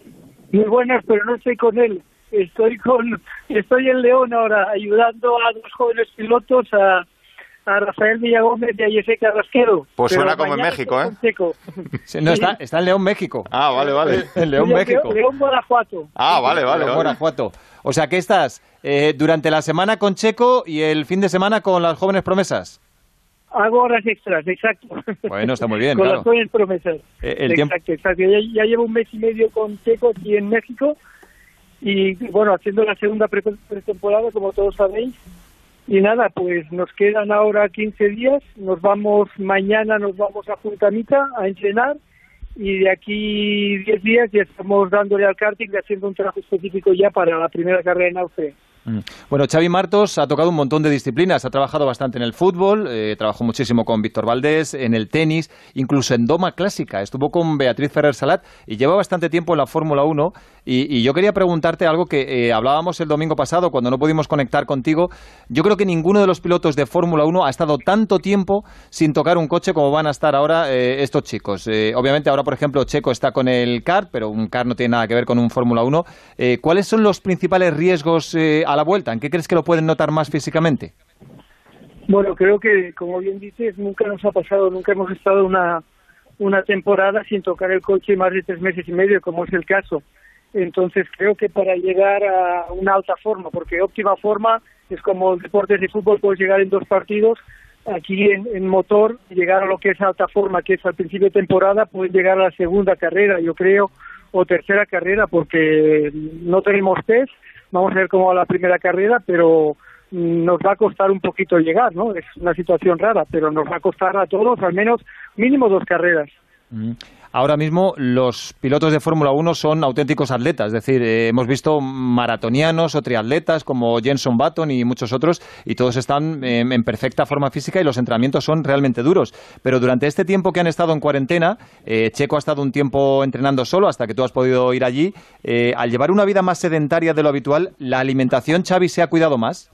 Muy buenas, pero no estoy con él. Estoy con, estoy en León ahora, ayudando a dos jóvenes pilotos, a, a Rafael Villagómez y a Jesse Carrasquero. Pues Pero suena como en mañana México, estoy ¿eh? con Checo. Sí, no, está, está en León, México. Ah, vale, vale. En León, León, México. León, Guanajuato. Ah, vale, vale. León, vale. Guanajuato. O sea, que estás eh, durante la semana con Checo y el fin de semana con las jóvenes promesas. Hago horas extras, exacto. Bueno, está muy bien, con claro. las jóvenes promesas. Eh, el tiempo- exacto, exacto. Ya, ya llevo un mes y medio con Checo aquí en México y, bueno, haciendo la segunda pre- pretemporada, como todos sabéis. Y nada, pues nos quedan ahora quince días, nos vamos, mañana nos vamos a Juntamita a entrenar y de aquí diez días ya estamos dándole al karting y haciendo un trabajo específico ya para la primera carrera en Austria. Mm. Bueno, Xavi Martos ha tocado un montón de disciplinas, ha trabajado bastante en el fútbol, eh, trabajó muchísimo con Víctor Valdés, en el tenis, incluso en doma clásica, estuvo con Beatriz Ferrer Salat y lleva bastante tiempo en la Fórmula uno y, y yo quería preguntarte algo que eh, hablábamos el domingo pasado cuando no pudimos conectar contigo. Yo creo que ninguno de los pilotos de Fórmula uno ha estado tanto tiempo sin tocar un coche como van a estar ahora eh, estos chicos. Eh, obviamente ahora, por ejemplo, Checo está con el kart, pero un kart no tiene nada que ver con un Fórmula uno. Eh, ¿Cuáles son los principales riesgos eh, a la vuelta? ¿En qué crees que lo pueden notar más físicamente? Bueno, creo que, como bien dices, nunca nos ha pasado, nunca hemos estado una, una temporada sin tocar el coche más de tres meses y medio, como es el caso. Entonces creo que para llegar a una alta forma, porque óptima forma es como deportes de fútbol, puedes llegar en dos partidos, aquí en, en motor, llegar a lo que es alta forma, que es al principio de temporada, puedes llegar a la segunda carrera, yo creo, o tercera carrera, porque no tenemos test, vamos a ver cómo va la primera carrera, pero nos va a costar un poquito llegar, ¿no? Es una situación rara, pero nos va a costar a todos al menos mínimo dos carreras. Ahora mismo los pilotos de Fórmula uno son auténticos atletas, es decir, eh, hemos visto maratonianos o triatletas como Jenson Button y muchos otros, y todos están eh, en perfecta forma física y los entrenamientos son realmente duros. Pero durante este tiempo que han estado en cuarentena, eh, Checo ha estado un tiempo entrenando solo hasta que tú has podido ir allí. Eh, al llevar una vida más sedentaria de lo habitual, ¿la alimentación, Xavi, se ha cuidado más?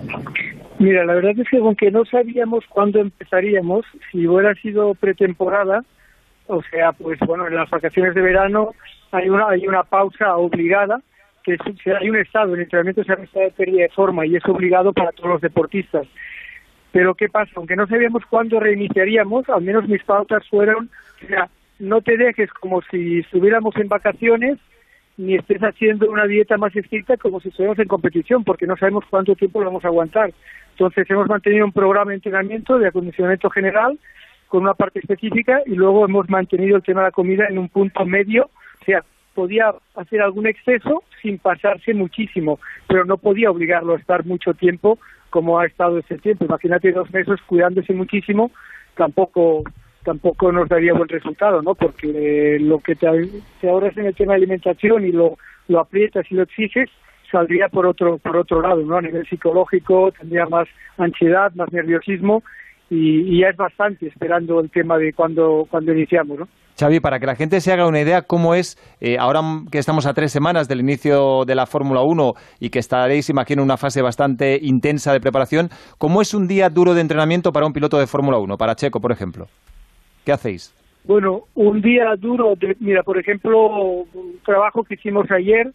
Mira, la verdad es que aunque no sabíamos cuándo empezaríamos, si hubiera sido pretemporada, o sea, pues bueno, en las vacaciones de verano hay una hay una pausa obligada, que es, hay un estado, el entrenamiento se llama estado de pérdida de forma y es obligado para todos los deportistas. Pero ¿qué pasa? Aunque no sabíamos cuándo reiniciaríamos, al menos mis pautas fueron, o sea, no te dejes como si estuviéramos en vacaciones, ni estés haciendo una dieta más estricta como si estuviéramos en competición, porque no sabemos cuánto tiempo lo vamos a aguantar. Entonces hemos mantenido un programa de entrenamiento, de acondicionamiento general, con una parte específica, y luego hemos mantenido el tema de la comida en un punto medio. O sea, podía hacer algún exceso sin pasarse muchísimo, pero no podía obligarlo a estar mucho tiempo como ha estado este tiempo. Imagínate dos meses cuidándose muchísimo, tampoco tampoco nos daría buen resultado, ¿no? Porque eh, lo que te, te ahorras en el tema de alimentación y lo, lo aprietas y lo exiges, saldría por otro por otro lado, ¿no? A nivel psicológico tendría más ansiedad, más nerviosismo, y, y ya es bastante esperando el tema de cuando, cuando iniciamos, ¿no? Xavi, para que la gente se haga una idea, ¿cómo es, eh, ahora que estamos a tres semanas del inicio de la Fórmula uno y que estaréis, imagino, en una fase bastante intensa de preparación, cómo es un día duro de entrenamiento para un piloto de Fórmula uno, para Checo, por ejemplo? ¿Qué hacéis? Bueno, un día duro, de, mira, por ejemplo, un trabajo que hicimos ayer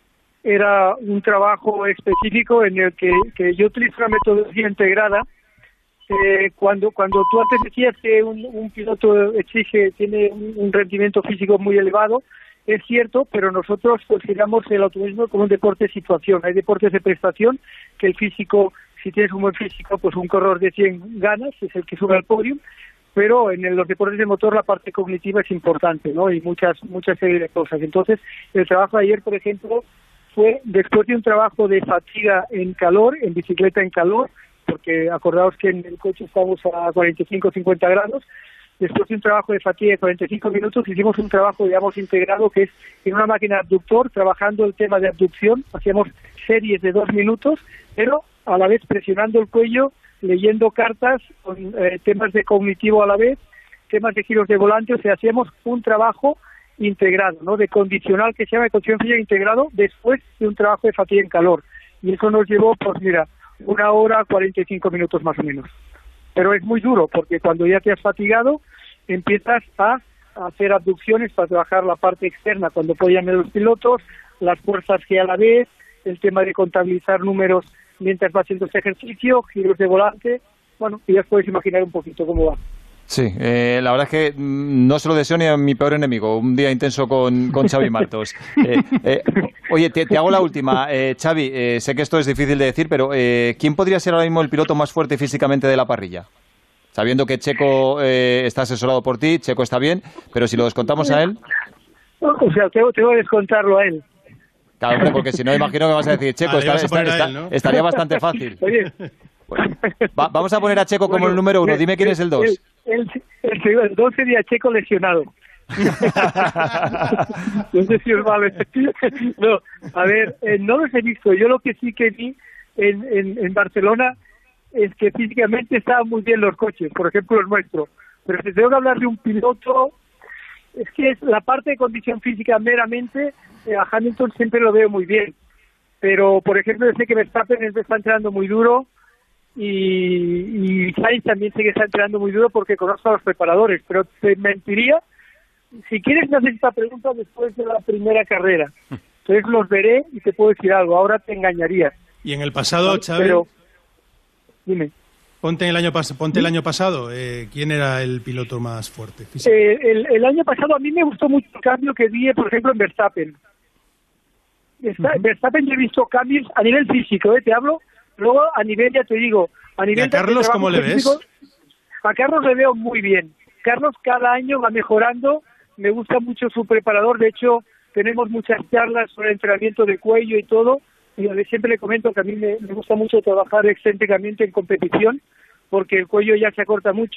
era un trabajo específico en el que, que yo utilizo una metodología integrada. Eh, cuando cuando tú antes decías que un, un piloto exige tiene un, un rendimiento físico muy elevado, es cierto, pero nosotros consideramos el automovilismo como un deporte de situación. Hay deportes de prestación que el físico, si tienes un buen físico, pues un corredor de cien ganas, es el que sube al podio, pero en el, los deportes de motor la parte cognitiva es importante, ¿no? Y muchas muchas series de cosas. Entonces, el trabajo de ayer, por ejemplo, fue después de un trabajo de fatiga en calor, en bicicleta en calor, porque acordaos que en el coche estamos a cuarenta y cinco a cincuenta grados. Después de un trabajo de fatiga de cuarenta y cinco minutos, hicimos un trabajo, digamos, integrado, que es en una máquina abductor, trabajando el tema de abducción. Hacíamos series de dos minutos, pero a la vez presionando el cuello, leyendo cartas, con eh, temas de cognitivo a la vez, temas de giros de volante. O sea, hacíamos un trabajo integrado, ¿no? De condicional, que se llama de condición física integrado, después de un trabajo de fatiga en calor. Y eso nos llevó, pues mira, una hora, cuarenta y cinco minutos más o menos. Pero es muy duro, porque cuando ya te has fatigado, empiezas a hacer abducciones para trabajar la parte externa, cuando apoyan los pilotos, las fuerzas que a la vez, el tema de contabilizar números mientras vas haciendo ese ejercicio, giros de volante, bueno, y ya puedes imaginar un poquito cómo va. Sí, eh, la verdad es que no se lo deseo ni a mi peor enemigo, un día intenso con, con Xavi Martos. Eh, eh, oye, te, te hago la última. Eh, Xavi, eh, sé que esto es difícil de decir, pero eh, ¿quién podría ser ahora mismo el piloto más fuerte físicamente de la parrilla? Sabiendo que Checo eh, está asesorado por ti, Checo está bien, pero si lo descontamos a él... O sea, tengo, tengo que descontarlo a él. Claro, hombre, porque si no, imagino que vas a decir, Checo, Ah, está, está, está, él, ¿no? estaría bastante fácil. Oye... Bueno, va, vamos a poner a Checo como Bueno, el número uno. Dime quién el, es el dos. El, el, el, el dos sería Checo lesionado. No sé si os vale. No, a ver, eh, no los he visto. Yo lo que sí que vi en, en, en Barcelona es que físicamente estaban muy bien los coches, por ejemplo el nuestro. Pero si tengo que hablar de un piloto, es que es la parte de condición física meramente, eh, a Hamilton siempre lo veo muy bien. Pero, por ejemplo, yo sé que Verstappen está entrenando muy duro, y, y Sainz también sé que está entrenando muy duro porque conozco a los preparadores, pero te mentiría. Si quieres me haces esta pregunta después de la primera carrera, entonces los veré y te puedo decir algo. Ahora te engañaría. Y en el pasado, Xavi, pero dime, ponte el año pas ponte el año pasado, eh, ¿quién era el piloto más fuerte? eh, el, el año pasado a mí me gustó mucho el cambio que vi, por ejemplo, en Verstappen. Está, uh-huh. Verstappen yo he visto cambios a nivel físico, ¿eh? Te hablo. Luego, a nivel, ya te digo, a nivel... ¿Y a Carlos cómo le ves? A Carlos le veo muy bien. Carlos cada año va mejorando, me gusta mucho su preparador, de hecho, tenemos muchas charlas sobre entrenamiento de cuello y todo, y siempre le comento que a mí me, me gusta mucho trabajar excéntricamente en competición, porque el cuello ya se acorta mucho,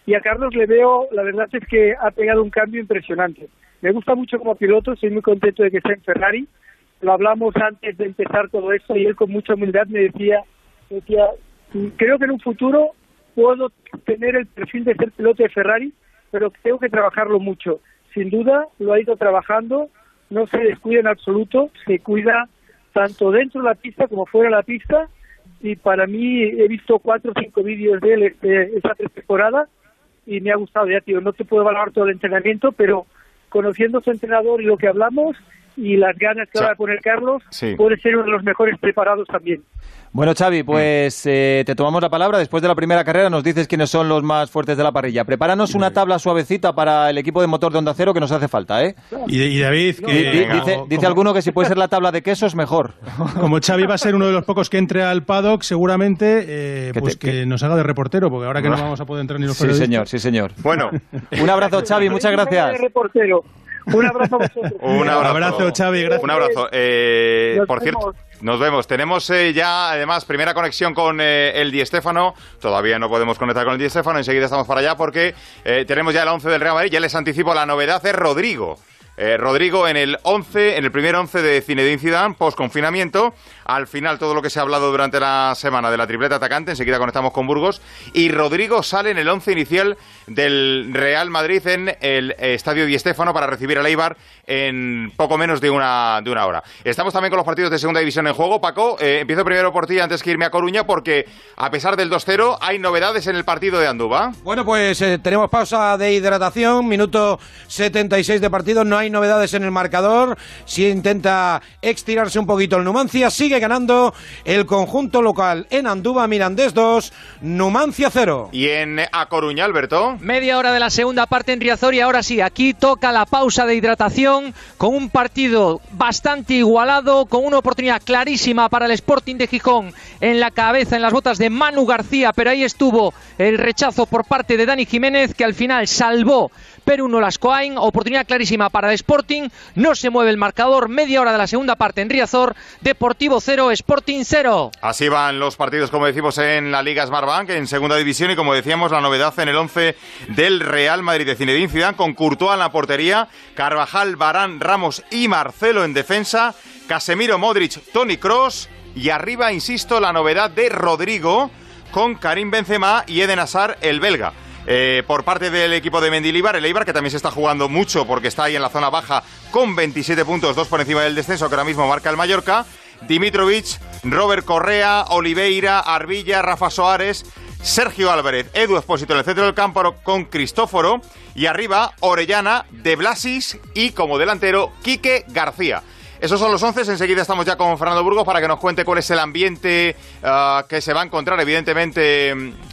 Y a Carlos le veo, la verdad es que ha pegado un cambio impresionante. Me gusta mucho como piloto, estoy muy contento de que esté en Ferrari. Lo hablamos antes de empezar todo esto y él con mucha humildad me decía, decía, creo que en un futuro puedo tener el perfil de ser piloto de Ferrari, pero tengo que trabajarlo mucho. Sin duda lo ha ido trabajando, no se descuida en absoluto, se cuida tanto dentro de la pista como fuera de la pista, y para mí he visto cuatro o cinco vídeos de él este, esta temporada y me ha gustado. Ya, tío, no te puedo valorar todo el entrenamiento, pero conociendo a su entrenador y lo que hablamos y las ganas que va a poner Carlos, sí, puede ser uno de los mejores preparados también. Bueno, Xavi, pues eh, te tomamos la palabra. Después de la primera carrera nos dices quiénes son los más fuertes de la parrilla. Prepáranos una tabla suavecita para el equipo de motor de Onda Cero que nos hace falta, ¿eh? Y, y David, que... D d dice dice como... alguno que si puede ser la tabla de quesos, mejor. Como Xavi va a ser uno de los pocos que entre al paddock, seguramente, eh, que pues te, que, que nos haga de reportero, porque ahora que no vamos a poder entrar ni los periodistas. Sí, señor, sí, señor. Bueno. Un abrazo, Xavi, muchas gracias. Reportero. Un abrazo a vosotros. Un abrazo, abrazo Xavi, gracias. Un abrazo. Eh, por cierto, nos vemos. Tenemos eh, ya, además, primera conexión con eh, el Di Stéfano. Todavía no podemos conectar con el Di Stéfano. Enseguida estamos para allá porque eh, tenemos ya el once del Real Madrid. Ya les anticipo la novedad de Rodrigo. Eh, Rodrigo en el once, en el primer once de Zinedine Zidane, post-confinamiento. Al final, todo lo que se ha hablado durante la semana de la tripleta atacante. Enseguida conectamos con Burgos. Y Rodrigo sale en el once inicial del Real Madrid en el Estadio Di Stéfano para recibir al Eibar en poco menos de una, de una hora. Estamos también con los partidos de segunda división en juego. Paco, eh, empiezo primero por ti antes que irme a Coruña, porque a pesar del dos cero hay novedades en el partido de Andúba. Bueno, pues eh, tenemos pausa de hidratación, minuto setenta y seis de partido, no hay novedades en el marcador. Si intenta estirarse un poquito el Numancia, sigue ganando el conjunto local en Andúba. Mirandés dos, Numancia cero. Y en A Coruña, Alberto. Media hora de la segunda parte en Riazor y ahora sí, aquí toca la pausa de hidratación con un partido bastante igualado, con una oportunidad clarísima para el Sporting de Gijón en la cabeza, en las botas de Manu García, pero ahí estuvo el rechazo por parte de Dani Jiménez, que al final salvó Perú Nolascoain. Oportunidad clarísima para el Sporting, no se mueve el marcador. Media hora de la segunda parte en Riazor, Deportivo cero, Sporting cero. Así van los partidos, como decimos, en la Liga Smartbank, en segunda división, y como decíamos, la novedad en el once del Real Madrid de Zinedine Zidane, con Courtois en la portería, Carvajal, Varane, Ramos y Marcelo en defensa, Casemiro, Modric, Toni Kroos, y arriba, insisto, la novedad de Rodrigo con Karim Benzema y Eden Hazard, el belga. Eh, por parte del equipo de Mendilibar, el Eibar, que también se está jugando mucho porque está ahí en la zona baja con veintisiete puntos, dos por encima del descenso que ahora mismo marca el Mallorca. Dimitrovic, Robert Correa, Oliveira, Arbilla, Rafa Soares, Sergio Álvarez, Edu Expósito en el centro del campo con Cristóforo, y arriba Orellana, De Blasis y como delantero Quique García. Esos son los once. Enseguida estamos ya con Fernando Burgos para que nos cuente cuál es el ambiente uh, que se va a encontrar, evidentemente,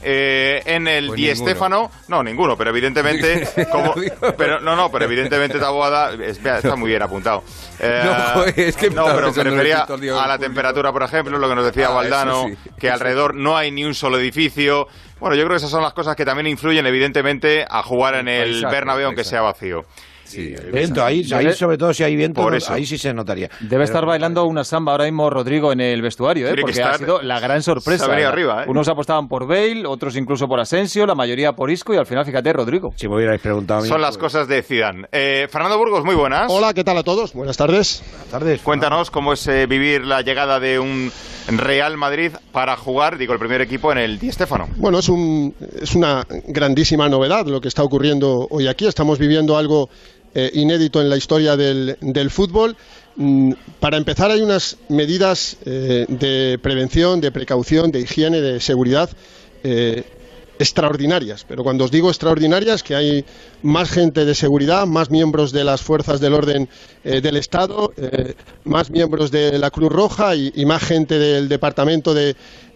eh, en el pues Di Stéfano. No, ninguno, pero evidentemente... como, pero, no, no, pero evidentemente Taboada... Está muy bien apuntado. Eh, no, es que no, pero me refería a la temperatura, por ejemplo, lo que nos decía ah, Valdano, sí, que alrededor no hay ni un solo edificio. Bueno, yo creo que esas son las cosas que también influyen, evidentemente, a jugar en el exacto, Bernabéu, aunque sea vacío. Sí, viento, ahí, ahí sobre todo si hay viento, por eso. Ahí sí se notaría. Debe estar bailando una samba ahora mismo Rodrigo en el vestuario, ¿eh? Porque ha sido la gran sorpresa. Se ha arriba, ¿eh? Unos apostaban por Bale, otros incluso por Asensio, la mayoría por Isco, y al final, fíjate, Rodrigo. Si me hubierais preguntado a mí, son las pues... cosas de Zidane. Eh, Fernando Burgos, muy buenas. Hola, ¿qué tal a todos? Buenas tardes. Buenas tardes. Cuéntanos cómo es eh, vivir la llegada de un Real Madrid para jugar, digo, el primer equipo en el Di Stéfano. Bueno, es, un, es una grandísima novedad lo que está ocurriendo hoy aquí. Estamos viviendo algo Eh, inédito en la historia del, del fútbol. Mm, para empezar, hay unas medidas eh, de prevención, de precaución, de higiene, de seguridad eh, extraordinarias. Pero cuando os digo extraordinarias, que hay más gente de seguridad, más miembros de las fuerzas del orden eh, del Estado, eh, más miembros de la Cruz Roja y, y más gente del departamento de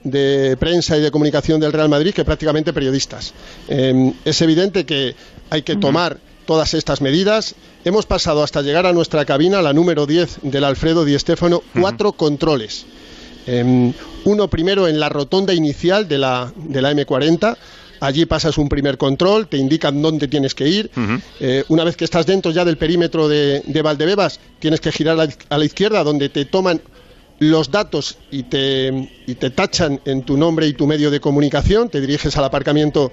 de prensa y de comunicación del Real Madrid que prácticamente periodistas. Eh, es evidente que hay que tomar todas estas medidas. Hemos pasado hasta llegar a nuestra cabina, la número diez del Alfredo Di Stéfano, cuatro uh-huh. controles. Eh, uno primero en la rotonda inicial de la, de la eme cuarenta. Allí pasas un primer control, te indican dónde tienes que ir. Uh-huh. Eh, una vez que estás dentro ya del perímetro de, de Valdebebas, tienes que girar a la, a la izquierda, donde te toman los datos y te, y te tachan en tu nombre y tu medio de comunicación. Te diriges al aparcamiento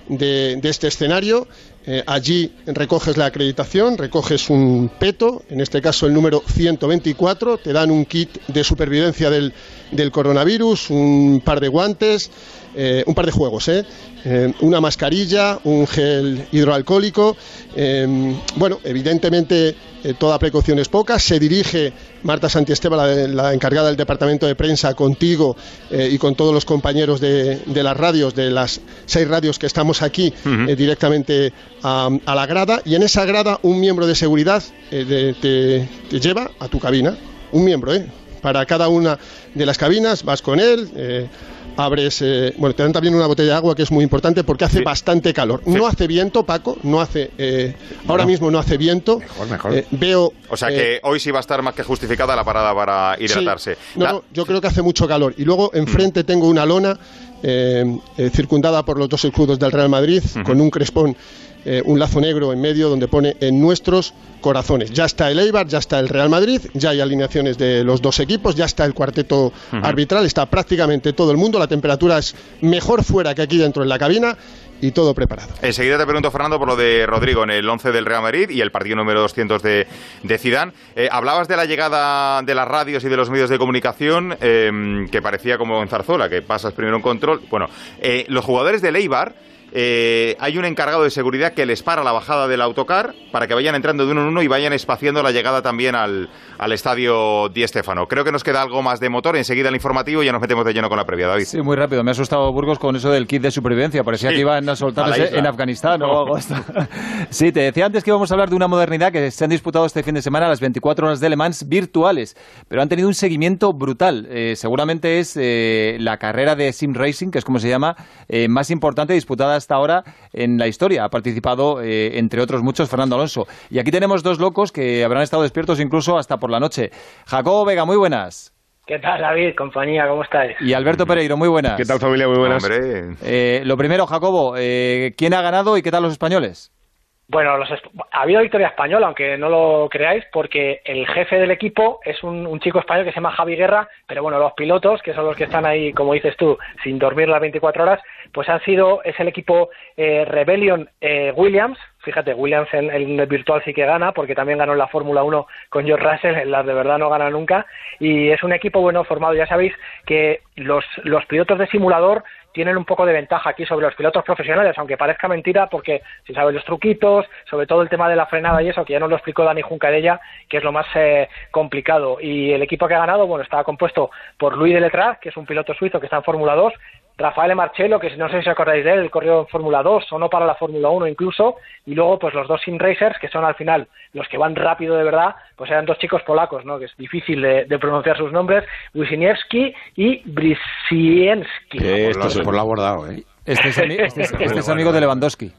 de, de este escenario. Eh, allí recoges la acreditación, recoges un peto, en este caso el número ciento veinticuatro, te dan un kit de supervivencia del, del coronavirus, un par de guantes, eh, un par de juegos, ¿eh? Eh, una mascarilla, un gel hidroalcohólico. Eh, bueno, evidentemente eh, toda precaución es poca. Se dirige Marta Santiesteban, la, la encargada del departamento de prensa, contigo eh, y con todos los compañeros de, de las radios, de las seis radios que estamos aquí, uh-huh. eh, directamente a, a la grada, y en esa grada un miembro de seguridad eh, de, te, te lleva a tu cabina, un miembro, ¿eh? Para cada una de las cabinas vas con él. Eh, abres, eh, bueno, te dan también una botella de agua, que es muy importante porque hace sí. bastante calor. Sí. No hace viento, Paco, no hace, eh, bueno. ahora mismo no hace viento. Mejor, mejor. Eh, veo. O sea que eh, hoy sí va a estar más que justificada la parada para hidratarse. Sí. No, la... no, yo creo que hace mucho calor. Y luego enfrente mm. tengo una lona eh, eh, circundada por los dos escudos del Real Madrid, uh-huh. con un crespón. Eh, un lazo negro en medio donde pone en nuestros corazones. Ya está el Eibar, ya está el Real Madrid, ya hay alineaciones de los dos equipos, ya está el cuarteto uh-huh. arbitral, está prácticamente todo el mundo, la temperatura es mejor fuera que aquí dentro en la cabina y todo preparado. Enseguida te pregunto, Fernando, por lo de Rodrigo en el once del Real Madrid y el partido número doscientos de, de Zidane. Eh, hablabas de la llegada de las radios y de los medios de comunicación, eh, que parecía como en Zarzuela, que pasas primero un control. Bueno, eh, los jugadores del Eibar, Eh, hay un encargado de seguridad que les para la bajada del autocar para que vayan entrando de uno en uno y vayan espaciando la llegada también al, al estadio Di Stéfano. Creo que nos queda algo más de motor. Enseguida el informativo y ya nos metemos de lleno con la previa, David. Sí, muy rápido. Me ha asustado Burgos con eso del kit de supervivencia. Parecía sí. que iban a soltarse en Afganistán o algo así. Sí, te decía antes que íbamos a hablar de una modernidad que se han disputado este fin de semana, las veinticuatro horas de Le Mans virtuales, pero han tenido un seguimiento brutal. Eh, seguramente es eh, la carrera de Sim Racing, que es como se llama, eh, más importante disputada hasta ahora en la historia. Ha participado, eh, entre otros muchos, Fernando Alonso. Y aquí tenemos dos locos que habrán estado despiertos incluso hasta por la noche. Jacobo Vega, muy buenas. ¿Qué tal, David? Compañía, ¿cómo estáis? Y Alberto Pereiro, muy buenas. ¿Qué tal, familia? Muy buenas. Eh, lo primero, Jacobo, eh, ¿quién ha ganado y qué tal los españoles? Bueno, los, ha habido victoria española, aunque no lo creáis, porque el jefe del equipo es un, un chico español que se llama Javi Guerra, pero bueno, los pilotos, que son los que están ahí, como dices tú, sin dormir las veinticuatro horas, pues han sido, es el equipo eh, Rebellion eh, Williams. Fíjate, Williams en, en el virtual sí que gana, porque también ganó en la Fórmula uno con George Russell, en las de verdad no gana nunca, y es un equipo bueno formado. Ya sabéis que los, los pilotos de simulador tienen un poco de ventaja aquí sobre los pilotos profesionales, aunque parezca mentira, porque si sabes los truquitos, sobre todo el tema de la frenada y eso, que ya nos lo explicó Dani Juncadella, que es lo más eh, complicado. Y el equipo que ha ganado, bueno, estaba compuesto por Louis Deletraz, que es un piloto suizo que está en Fórmula dos, Rafael Marcello, que no sé si os acordáis de él, el corrió en Fórmula dos o no para la Fórmula uno incluso, y luego pues los dos sim racers, que son al final los que van rápido de verdad, pues eran dos chicos polacos, ¿no? Que es difícil de, de pronunciar sus nombres, Wisniewski y Brisienski. Esto es por lo abordado, ¿eh? Este es, ami- este es, este es amigo de Lewandowski.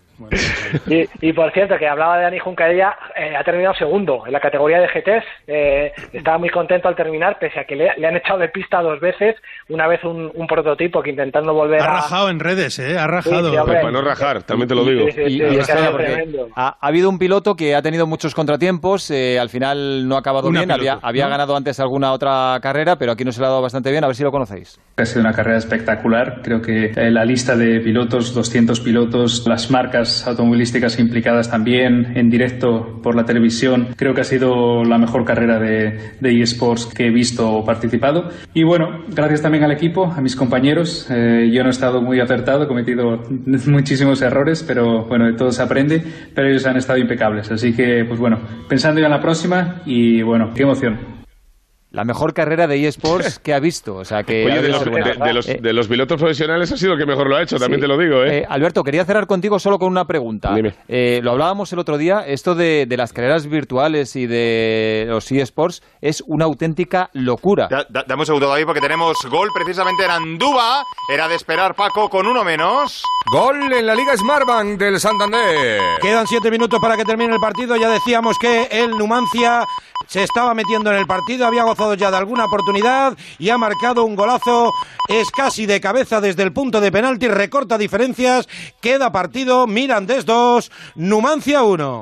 Y, y por cierto, que hablaba de Dani Juncadella, eh, ha terminado segundo en la categoría de G Ts. Eh, estaba muy contento al terminar, pese a que le, le han echado de pista dos veces. Una vez un, un prototipo que intentando volver ha a... Ha rajado en redes, ¿eh? Ha rajado. Sí, sí, hombre, para no rajar, también te lo digo. Sí, sí, sí, y, sí, y sí, espera, sí, porque ha, ha habido un piloto que ha tenido muchos contratiempos, eh, al final no ha acabado Una bien, piloto, había, había ¿no? ganado antes alguna otra carrera, pero aquí no se le ha dado bastante bien, a ver si lo conocéis. Ha sido una carrera espectacular. Creo que eh, la lista de pilotos, doscientos pilotos, las marcas automovilísticas implicadas también en directo por la televisión, creo que ha sido la mejor carrera de, de eSports que he visto o participado. Y bueno, gracias también al equipo, a mis compañeros. Eh, yo no he estado muy acertado, he cometido muchísimos errores, pero bueno, de todo se aprende, pero ellos han estado impecables. Así que, pues bueno, pensando ya en la próxima y bueno, qué emoción. La mejor carrera de eSports que ha visto. O sea, que Oye, de los, de, de, los, de los pilotos profesionales ha sido el que mejor lo ha hecho, sí. También te lo digo, ¿eh? eh Alberto, quería cerrar contigo solo con una pregunta. Dime. Eh, lo hablábamos el otro día, esto de, de las carreras virtuales y de los eSports es una auténtica locura. Da, da, dame un segundo, David, porque tenemos gol precisamente en Andúba. Era de esperar, Paco, con uno menos. Gol en la Liga Smartbank del Santander. Quedan siete minutos para que termine el partido. Ya decíamos que el Numancia se estaba metiendo en el partido, había gozado ya de alguna oportunidad y ha marcado un golazo. Es casi de cabeza desde el punto de penalti, recorta diferencias. Queda partido, Mirandés dos, Numancia uno.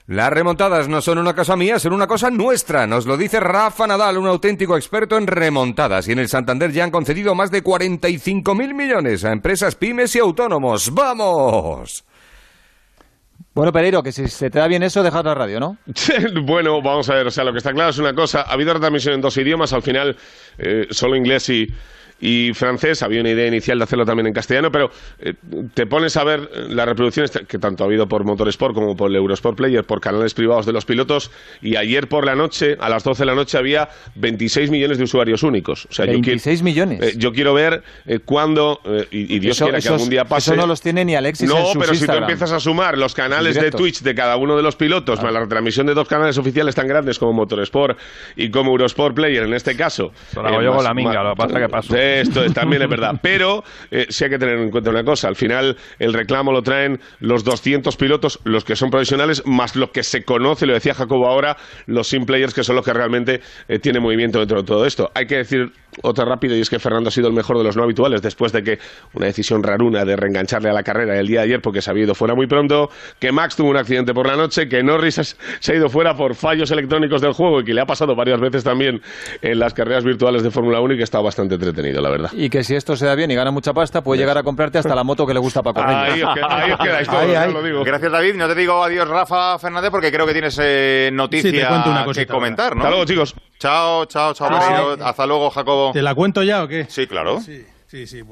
Las remontadas no son una cosa mía, son una cosa nuestra. Nos lo dice Rafa Nadal, un auténtico experto en remontadas. Y en el Santander ya han concedido más de cuarenta y cinco mil millones a empresas, pymes y autónomos. ¡Vamos! Bueno, Pereiro, que si se te da bien eso, dejas la radio, ¿no? Bueno, vamos a ver, o sea, lo que está claro es una cosa. Ha habido retransmisión en dos idiomas, al final eh, solo inglés y... y francés. Había una idea inicial de hacerlo también en castellano, pero eh, te pones a ver las reproducciones que tanto ha habido por Motorsport como por el Eurosport Player, por canales privados de los pilotos, y ayer por la noche, a las doce de la noche, había veintiséis millones de usuarios únicos. O sea, veintiséis yo millones. Eh, yo quiero ver eh, cuándo, eh, y, y Dios eso, quiera que algún día pase... Eso no los tiene ni Alexis no, en sus pero Instagram. Si tú empiezas a sumar los canales de Twitch de cada uno de los pilotos, ah. más la retransmisión de dos canales oficiales tan grandes como Motorsport y como Eurosport Player, en este caso... Solo hago yo con la minga, lo que pasa que paso. Esto es, también es verdad, pero eh, sí hay que tener en cuenta una cosa. Al final el reclamo lo traen los doscientos pilotos, los que son profesionales, más lo que se conoce, lo decía Jacobo ahora, los sim players, que son los que realmente eh, tienen movimiento dentro de todo esto. Hay que decir otra rápido, y es que Fernando ha sido el mejor de los no habituales, después de que una decisión raruna de reengancharle a la carrera el día de ayer porque se había ido fuera muy pronto, que Max tuvo un accidente por la noche, que Norris se ha ido fuera por fallos electrónicos del juego y que le ha pasado varias veces también en las carreras virtuales de Fórmula uno y que está bastante entretenido, la verdad. Y que si esto se da bien y gana mucha pasta, puede llegar a comprarte hasta la moto que le gusta a Paco Reña. Ahí os, ahí os quedáis todos, ahí, ahí. Lo digo. Gracias, David. No te digo adiós, Rafa Fernández, porque creo que tienes eh, noticia sí, te cuento una que comentar, ¿no? Hasta luego, chicos. Chao, chao, chao. Ah, Hasta luego, Jacobo. ¿Te la cuento ya o qué? Sí, claro. Sí, sí, sí.